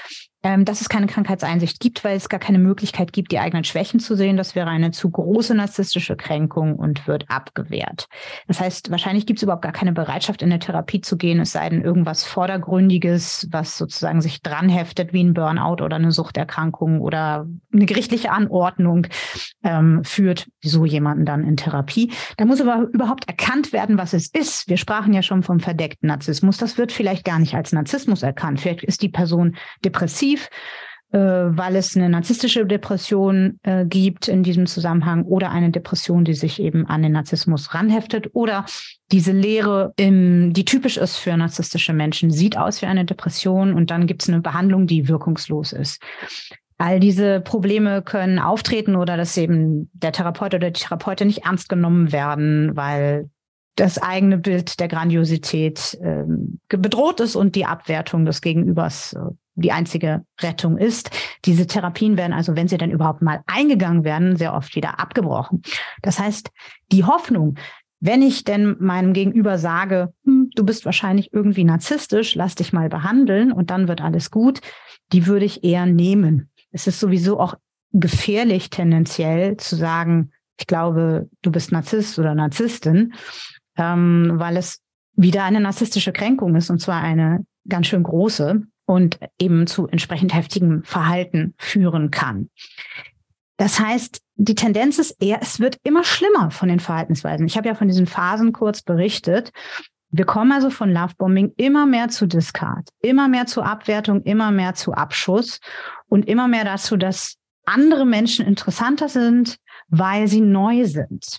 dass es keine Krankheitseinsicht gibt, weil es gar keine Möglichkeit gibt, die eigenen Schwächen zu sehen. Das wäre eine zu große narzisstische Kränkung und wird abgewehrt. Das heißt, wahrscheinlich gibt es überhaupt gar keine Bereitschaft, in eine Therapie zu gehen, es sei denn irgendwas Vordergründiges, was sozusagen sich dranheftet, wie ein Burnout oder eine Suchterkrankung oder eine gerichtliche Anordnung führt so jemanden dann in Therapie. Da muss aber überhaupt erkannt werden, was es ist. Wir sprachen ja schon vom verdeckten Narzissmus. Das wird vielleicht gar nicht als Narzissmus erkannt. Vielleicht ist die Person depressiv, weil es eine narzisstische Depression gibt in diesem Zusammenhang oder eine Depression, die sich eben an den Narzissmus ranheftet oder diese Leere, die typisch ist für narzisstische Menschen, sieht aus wie eine Depression und dann gibt es eine Behandlung, die wirkungslos ist. All diese Probleme können auftreten oder dass eben der Therapeut oder die Therapeutin nicht ernst genommen werden, weil das eigene Bild der Grandiosität bedroht ist und die Abwertung des Gegenübers die einzige Rettung ist. Diese Therapien werden also, wenn sie dann überhaupt mal eingegangen werden, sehr oft wieder abgebrochen. Das heißt, die Hoffnung, wenn ich denn meinem Gegenüber sage, du bist wahrscheinlich irgendwie narzisstisch, lass dich mal behandeln und dann wird alles gut, die würde ich eher nehmen. Es ist sowieso auch gefährlich tendenziell zu sagen, ich glaube, du bist Narzisst oder Narzisstin, weil es wieder eine narzisstische Kränkung ist und zwar eine ganz schön große und eben zu entsprechend heftigem Verhalten führen kann. Das heißt, die Tendenz ist eher, es wird immer schlimmer von den Verhaltensweisen. Ich habe ja von diesen Phasen kurz berichtet. Wir kommen also von Lovebombing immer mehr zu Discard, immer mehr zu Abwertung, immer mehr zu Abschuss und immer mehr dazu, dass andere Menschen interessanter sind, weil sie neu sind.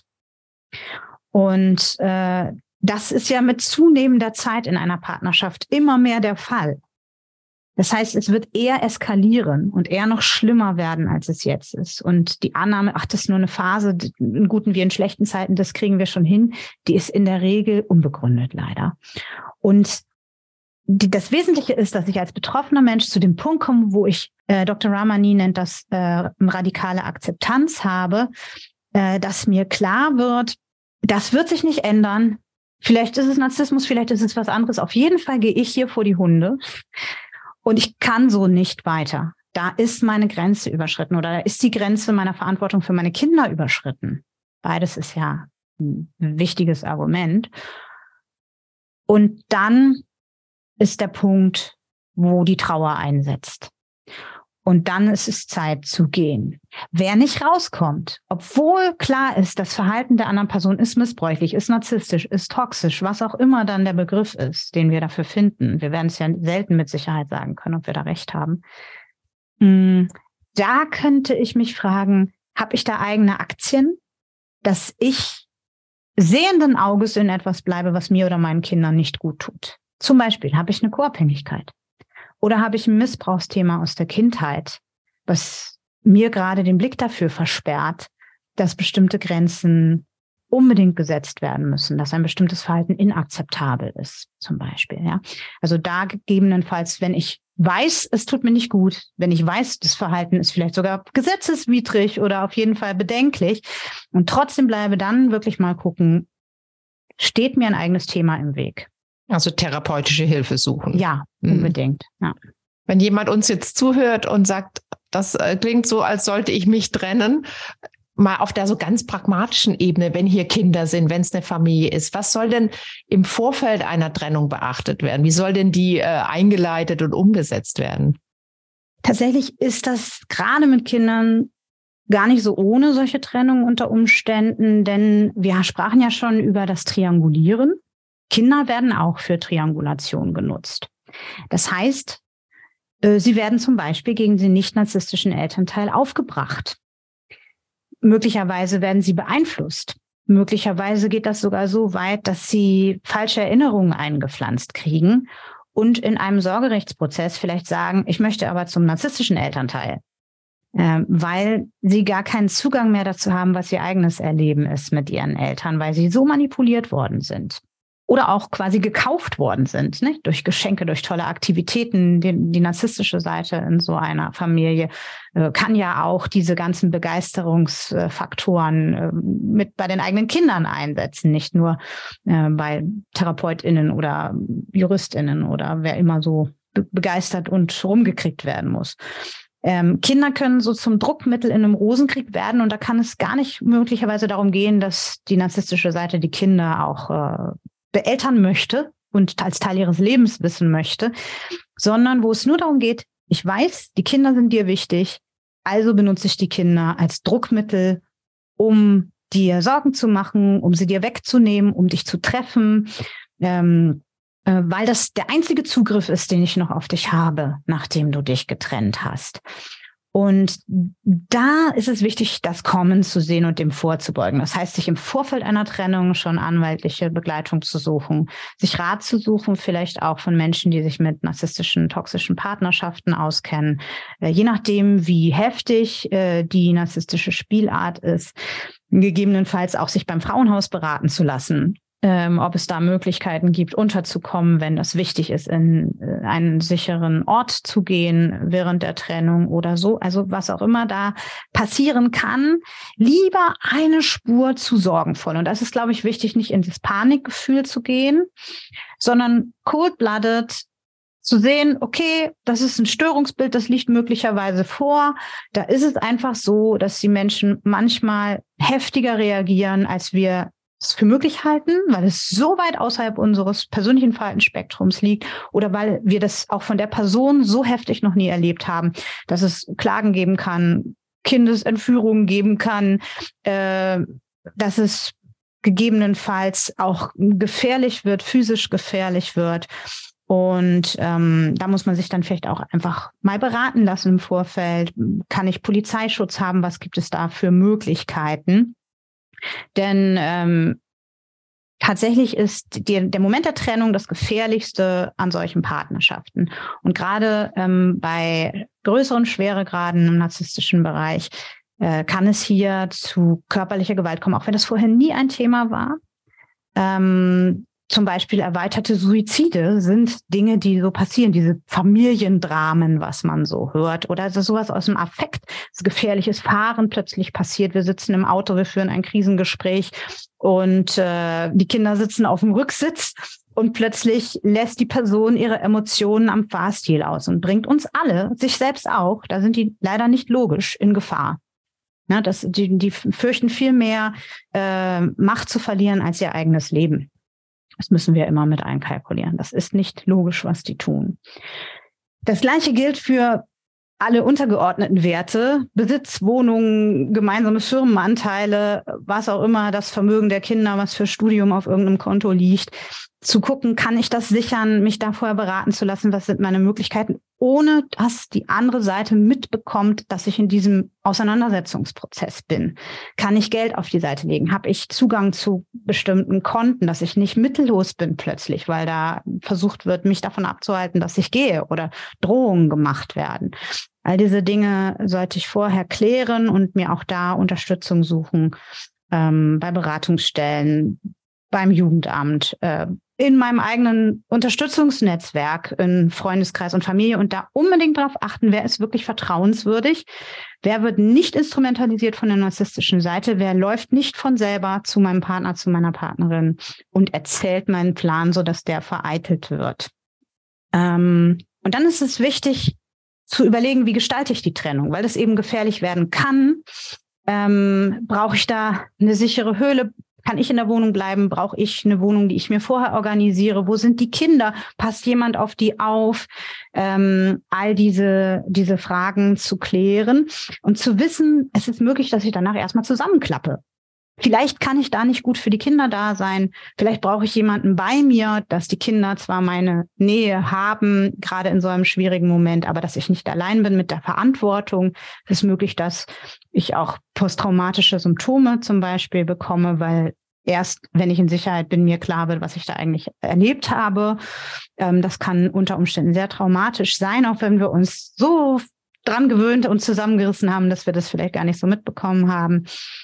Und das ist ja mit zunehmender Zeit in einer Partnerschaft immer mehr der Fall. Das heißt, es wird eher eskalieren und eher noch schlimmer werden, als es jetzt ist. Und die Annahme, ach, das ist nur eine Phase, in guten wie in schlechten Zeiten, das kriegen wir schon hin, die ist in der Regel unbegründet, leider. Und das Wesentliche ist, dass ich als betroffener Mensch zu dem Punkt komme, wo ich, Dr. Ramani nennt das radikale Akzeptanz habe, dass mir klar wird, das wird sich nicht ändern. Vielleicht ist es Narzissmus, vielleicht ist es was anderes. Auf jeden Fall gehe ich hier vor die Hunde. Und ich kann so nicht weiter. Da ist meine Grenze überschritten oder da ist die Grenze meiner Verantwortung für meine Kinder überschritten. Beides ist ja ein wichtiges Argument. Und dann ist der Punkt, wo die Trauer einsetzt. Und dann ist es Zeit zu gehen. Wer nicht rauskommt, obwohl klar ist, das Verhalten der anderen Person ist missbräuchlich, ist narzisstisch, ist toxisch, was auch immer dann der Begriff ist, den wir dafür finden. Wir werden es ja selten mit Sicherheit sagen können, ob wir da recht haben. Da könnte ich mich fragen, habe ich da eigene Aktien, dass ich sehenden Auges in etwas bleibe, was mir oder meinen Kindern nicht gut tut? Zum Beispiel habe ich eine Co-Abhängigkeit. Oder habe ich ein Missbrauchsthema aus der Kindheit, was mir gerade den Blick dafür versperrt, dass bestimmte Grenzen unbedingt gesetzt werden müssen, dass ein bestimmtes Verhalten inakzeptabel ist, zum Beispiel. Ja? Also da gegebenenfalls, wenn ich weiß, es tut mir nicht gut, wenn ich weiß, das Verhalten ist vielleicht sogar gesetzeswidrig oder auf jeden Fall bedenklich und trotzdem bleibe dann wirklich mal gucken, steht mir ein eigenes Thema im Weg? Also therapeutische Hilfe suchen. Ja, unbedingt. Ja. Wenn jemand uns jetzt zuhört und sagt, das klingt so, als sollte ich mich trennen, mal auf der so ganz pragmatischen Ebene, wenn hier Kinder sind, wenn es eine Familie ist, was soll denn im Vorfeld einer Trennung beachtet werden? Wie soll denn die eingeleitet und umgesetzt werden? Tatsächlich ist das gerade mit Kindern gar nicht so ohne solche Trennungen unter Umständen, denn wir sprachen ja schon über das Triangulieren. Kinder werden auch für Triangulation genutzt. Das heißt, sie werden zum Beispiel gegen den nicht-narzisstischen Elternteil aufgebracht. Möglicherweise werden sie beeinflusst. Möglicherweise geht das sogar so weit, dass sie falsche Erinnerungen eingepflanzt kriegen und in einem Sorgerechtsprozess vielleicht sagen, ich möchte aber zum narzisstischen Elternteil, weil sie gar keinen Zugang mehr dazu haben, was ihr eigenes Erleben ist mit ihren Eltern, weil sie so manipuliert worden sind. Oder auch quasi gekauft worden sind, ne? Durch Geschenke, durch tolle Aktivitäten. Die narzisstische Seite in so einer Familie kann ja auch diese ganzen Begeisterungsfaktoren mit bei den eigenen Kindern einsetzen, nicht nur bei TherapeutInnen oder JuristInnen oder wer immer so begeistert und rumgekriegt werden muss. Kinder können so zum Druckmittel in einem Rosenkrieg werden und da kann es gar nicht möglicherweise darum gehen, dass die narzisstische Seite die Kinder auch beeltern möchte und als Teil ihres Lebens wissen möchte, sondern wo es nur darum geht, ich weiß, die Kinder sind dir wichtig, also benutze ich die Kinder als Druckmittel, um dir Sorgen zu machen, um sie dir wegzunehmen, um dich zu treffen, weil das der einzige Zugriff ist, den ich noch auf dich habe, nachdem du dich getrennt hast. Und da ist es wichtig, das Kommen zu sehen und dem vorzubeugen. Das heißt, sich im Vorfeld einer Trennung schon anwaltliche Begleitung zu suchen, sich Rat zu suchen, vielleicht auch von Menschen, die sich mit narzisstischen, toxischen Partnerschaften auskennen. Je nachdem, wie heftig die narzisstische Spielart ist, gegebenenfalls auch sich beim Frauenhaus beraten zu lassen. Ob es da Möglichkeiten gibt, unterzukommen, wenn das wichtig ist, in einen sicheren Ort zu gehen während der Trennung oder so. Also was auch immer da passieren kann, lieber eine Spur zu sorgenvoll. Und das ist, glaube ich, wichtig, nicht in das Panikgefühl zu gehen, sondern cold-blooded zu sehen, okay, das ist ein Störungsbild, das liegt möglicherweise vor. Da ist es einfach so, dass die Menschen manchmal heftiger reagieren, als wir es für möglich halten, weil es so weit außerhalb unseres persönlichen Verhaltensspektrums liegt oder weil wir das auch von der Person so heftig noch nie erlebt haben, dass es Klagen geben kann, Kindesentführungen geben kann, dass es gegebenenfalls auch gefährlich wird, physisch gefährlich wird. Und da muss man sich dann vielleicht auch einfach mal beraten lassen im Vorfeld. Kann ich Polizeischutz haben? Was gibt es da für Möglichkeiten? Denn tatsächlich ist der Moment der Trennung das Gefährlichste an solchen Partnerschaften. Und gerade bei größeren Schweregraden im narzisstischen Bereich kann es hier zu körperlicher Gewalt kommen, auch wenn das vorher nie ein Thema war. Zum Beispiel erweiterte Suizide sind Dinge, die so passieren, diese Familiendramen, was man so hört. Oder also sowas aus dem Affekt, das gefährliches Fahren plötzlich passiert. Wir sitzen im Auto, wir führen ein Krisengespräch und die Kinder sitzen auf dem Rücksitz und plötzlich lässt die Person ihre Emotionen am Fahrstil aus und bringt uns alle, sich selbst auch, da sind die leider nicht logisch, in Gefahr. Ja, die fürchten viel mehr, Macht zu verlieren als ihr eigenes Leben. Das müssen wir immer mit einkalkulieren. Das ist nicht logisch, was die tun. Das Gleiche gilt für alle untergeordneten Werte, Besitz, Wohnungen, gemeinsame Firmenanteile, was auch immer, das Vermögen der Kinder, was für Studium auf irgendeinem Konto liegt. Zu gucken, kann ich das sichern, mich da vorher beraten zu lassen, was sind meine Möglichkeiten, ohne dass die andere Seite mitbekommt, dass ich in diesem Auseinandersetzungsprozess bin. Kann ich Geld auf die Seite legen? Habe ich Zugang zu bestimmten Konten, dass ich nicht mittellos bin plötzlich, weil da versucht wird, mich davon abzuhalten, dass ich gehe oder Drohungen gemacht werden. All diese Dinge sollte ich vorher klären und mir auch da Unterstützung suchen, bei Beratungsstellen, beim Jugendamt, in meinem eigenen Unterstützungsnetzwerk, in Freundeskreis und Familie und da unbedingt darauf achten, wer ist wirklich vertrauenswürdig, wer wird nicht instrumentalisiert von der narzisstischen Seite, wer läuft nicht von selber zu meinem Partner, zu meiner Partnerin und erzählt meinen Plan, sodass der vereitelt wird. Und dann ist es wichtig zu überlegen, wie gestalte ich die Trennung, weil es eben gefährlich werden kann. Brauche ich da eine sichere Höhle? Kann ich in der Wohnung bleiben? Brauche ich eine Wohnung, die ich mir vorher organisiere? Wo sind die Kinder? Passt jemand auf die auf? All diese Fragen zu klären und zu wissen, es ist möglich, dass ich danach erstmal zusammenklappe. Vielleicht kann ich da nicht gut für die Kinder da sein. Vielleicht brauche ich jemanden bei mir, dass die Kinder zwar meine Nähe haben, gerade in so einem schwierigen Moment, aber dass ich nicht allein bin mit der Verantwortung. Es ist möglich, dass ich auch posttraumatische Symptome zum Beispiel bekomme, weil erst, wenn ich in Sicherheit bin, mir klar wird, was ich da eigentlich erlebt habe. Das kann unter Umständen sehr traumatisch sein, auch wenn wir uns so dran gewöhnt und zusammengerissen haben, dass wir das vielleicht gar nicht so mitbekommen haben.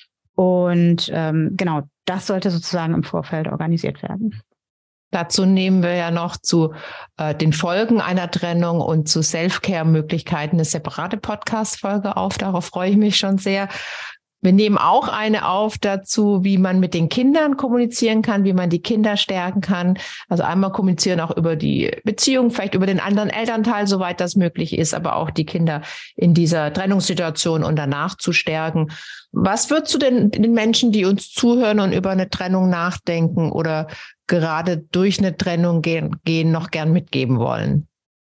Und genau, das sollte sozusagen im Vorfeld organisiert werden. Dazu nehmen wir ja noch zu den Folgen einer Trennung und zu Self-Care-Möglichkeiten eine separate Podcast-Folge auf. Darauf freue ich mich schon sehr. Wir nehmen auch eine auf dazu, wie man mit den Kindern kommunizieren kann, wie man die Kinder stärken kann. Also einmal kommunizieren auch über die Beziehung, vielleicht über den anderen Elternteil, soweit das möglich ist, aber auch die Kinder in dieser Trennungssituation und danach zu stärken. Was würdest du denn den Menschen, die uns zuhören und über eine Trennung nachdenken oder gerade durch eine Trennung gehen noch gern mitgeben wollen?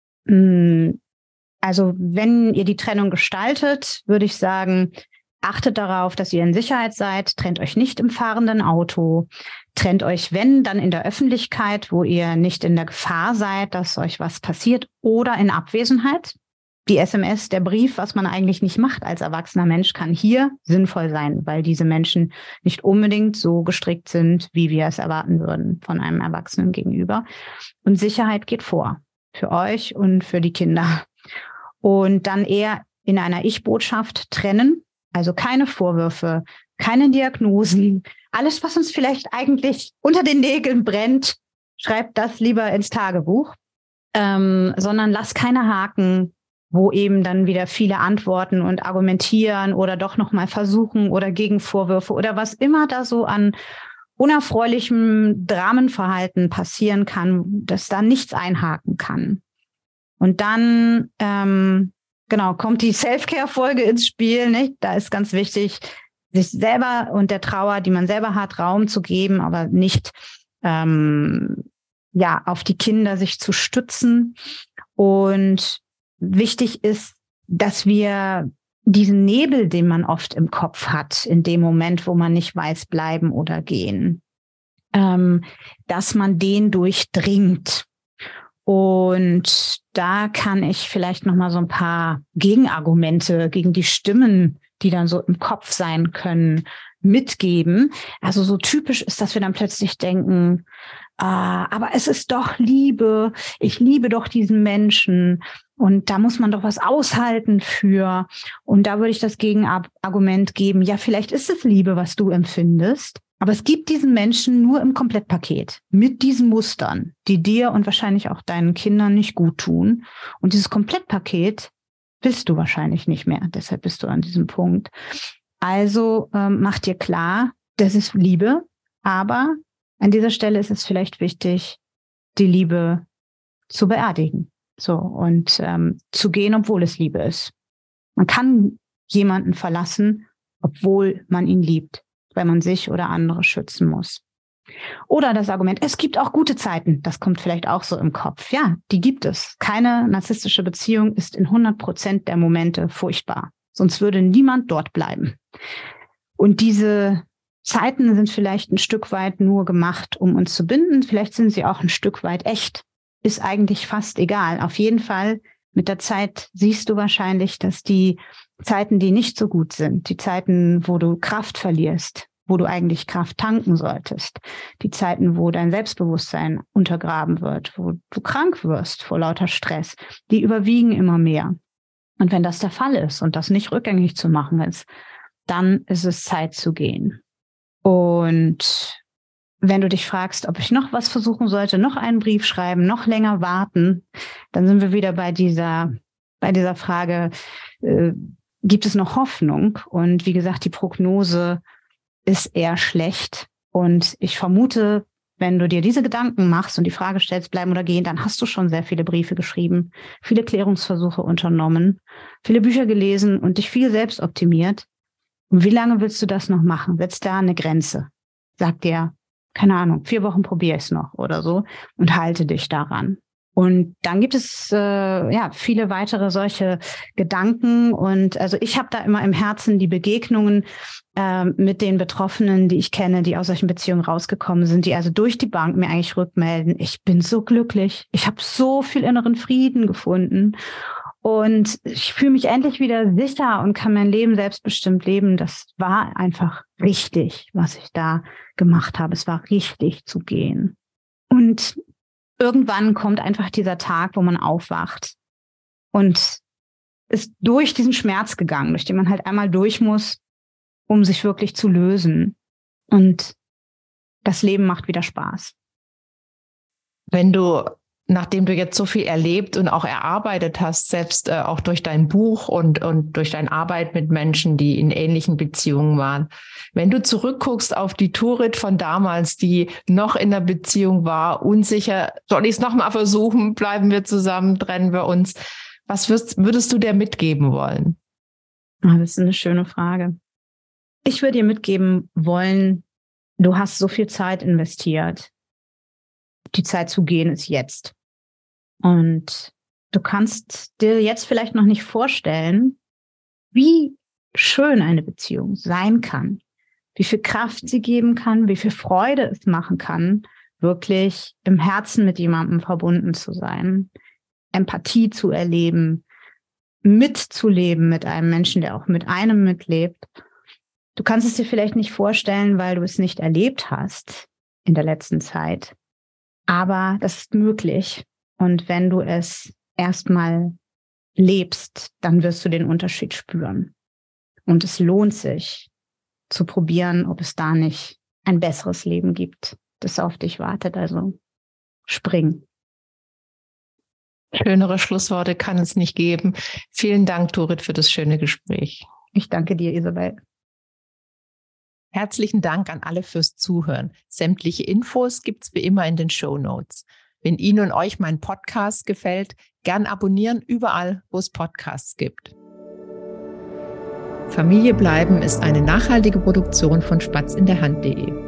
Also wenn ihr die Trennung gestaltet, würde ich sagen, achtet darauf, dass ihr in Sicherheit seid, trennt euch nicht im fahrenden Auto, trennt euch, wenn, dann in der Öffentlichkeit, wo ihr nicht in der Gefahr seid, dass euch was passiert, oder in Abwesenheit. Die SMS, der Brief, was man eigentlich nicht macht als erwachsener Mensch, kann hier sinnvoll sein, weil diese Menschen nicht unbedingt so gestrickt sind, wie wir es erwarten würden von einem Erwachsenen gegenüber. Und Sicherheit geht vor, für euch und für die Kinder. Und dann eher in einer Ich-Botschaft trennen. Also keine Vorwürfe, keine Diagnosen, alles, was uns vielleicht eigentlich unter den Nägeln brennt, schreibt das lieber ins Tagebuch, sondern lasst keine Haken, wo eben dann wieder viele antworten und argumentieren oder doch nochmal versuchen oder Gegenvorwürfe oder was immer da so an unerfreulichem Dramenverhalten passieren kann, dass da nichts einhaken kann. Und dann kommt die Self-Care-Folge ins Spiel, nicht? Da ist ganz wichtig, sich selber und der Trauer, die man selber hat, Raum zu geben, aber nicht auf die Kinder sich zu stützen. Und wichtig ist, dass wir diesen Nebel, den man oft im Kopf hat, in dem Moment, wo man nicht weiß, bleiben oder gehen, dass man den durchdringt. Und da kann ich vielleicht noch mal so ein paar Gegenargumente gegen die Stimmen, die dann so im Kopf sein können, mitgeben. Also so typisch ist, dass wir dann plötzlich denken, aber es ist doch Liebe, ich liebe doch diesen Menschen und da muss man doch was aushalten für. Und da würde ich das Gegenargument geben, ja, vielleicht ist es Liebe, was du empfindest, aber es gibt diesen Menschen nur im Komplettpaket mit diesen Mustern, die dir und wahrscheinlich auch deinen Kindern nicht gut tun. Und dieses Komplettpaket bist du wahrscheinlich nicht mehr. Deshalb bist du an diesem Punkt. Also mach dir klar, das ist Liebe, aber an dieser Stelle ist es vielleicht wichtig, die Liebe zu beerdigen. So und zu gehen, obwohl es Liebe ist. Man kann jemanden verlassen, obwohl man ihn liebt, weil man sich oder andere schützen muss. Oder das Argument, es gibt auch gute Zeiten, das kommt vielleicht auch so im Kopf. Ja, die gibt es. Keine narzisstische Beziehung ist in 100% der Momente furchtbar. Sonst würde niemand dort bleiben. Und diese Zeiten sind vielleicht ein Stück weit nur gemacht, um uns zu binden. Vielleicht sind sie auch ein Stück weit echt. Ist eigentlich fast egal. Auf jeden Fall, mit der Zeit siehst du wahrscheinlich, dass die Zeiten, die nicht so gut sind, die Zeiten, wo du Kraft verlierst, wo du eigentlich Kraft tanken solltest, die Zeiten, wo dein Selbstbewusstsein untergraben wird, wo du krank wirst vor lauter Stress, die überwiegen immer mehr. Und wenn das der Fall ist und das nicht rückgängig zu machen ist, dann ist es Zeit zu gehen. Und wenn du dich fragst, ob ich noch was versuchen sollte, noch einen Brief schreiben, noch länger warten, dann sind wir wieder bei dieser Frage, gibt es noch Hoffnung? Und wie gesagt, die Prognose ist eher schlecht. Und ich vermute, wenn du dir diese Gedanken machst und die Frage stellst, bleiben oder gehen, dann hast du schon sehr viele Briefe geschrieben, viele Klärungsversuche unternommen, viele Bücher gelesen und dich viel selbst optimiert. Und wie lange willst du das noch machen? Setz da eine Grenze. Sag dir, keine Ahnung, 4 Wochen probiere ich es noch oder so und halte dich daran. Und dann gibt es viele weitere solche Gedanken. Und also ich habe da immer im Herzen die Begegnungen mit den Betroffenen, die ich kenne, die aus solchen Beziehungen rausgekommen sind, die also durch die Bank mir eigentlich rückmelden, ich bin so glücklich, ich habe so viel inneren Frieden gefunden und ich fühle mich endlich wieder sicher und kann mein Leben selbstbestimmt leben. Das war einfach richtig, was ich da gemacht habe. Es war richtig zu gehen. Und irgendwann kommt einfach dieser Tag, wo man aufwacht und ist durch diesen Schmerz gegangen, durch den man halt einmal durch muss, um sich wirklich zu lösen. Und das Leben macht wieder Spaß. Wenn du nachdem du jetzt so viel erlebt und auch erarbeitet hast, selbst auch durch dein Buch und durch deine Arbeit mit Menschen, die in ähnlichen Beziehungen waren, wenn du zurückguckst auf die Turit von damals, die noch in der Beziehung war, unsicher, soll ich es nochmal versuchen, bleiben wir zusammen, trennen wir uns, was würdest du der mitgeben wollen? Das ist eine schöne Frage. Ich würde dir mitgeben wollen, du hast so viel Zeit investiert. Die Zeit zu gehen ist jetzt. Und du kannst dir jetzt vielleicht noch nicht vorstellen, wie schön eine Beziehung sein kann, wie viel Kraft sie geben kann, wie viel Freude es machen kann, wirklich im Herzen mit jemandem verbunden zu sein, Empathie zu erleben, mitzuleben mit einem Menschen, der auch mit einem mitlebt. Du kannst es dir vielleicht nicht vorstellen, weil du es nicht erlebt hast in der letzten Zeit. Aber das ist möglich. Und wenn du es erstmal lebst, dann wirst du den Unterschied spüren. Und es lohnt sich zu probieren, ob es da nicht ein besseres Leben gibt, das auf dich wartet. Also spring. Schönere Schlussworte kann es nicht geben. Vielen Dank, Turit, für das schöne Gespräch. Ich danke dir, Isabel. Herzlichen Dank an alle fürs Zuhören. Sämtliche Infos gibt's wie immer in den Shownotes. Wenn Ihnen und euch mein Podcast gefällt, gern abonnieren überall, wo es Podcasts gibt. Familie bleiben ist eine nachhaltige Produktion von spatzinderhand.de.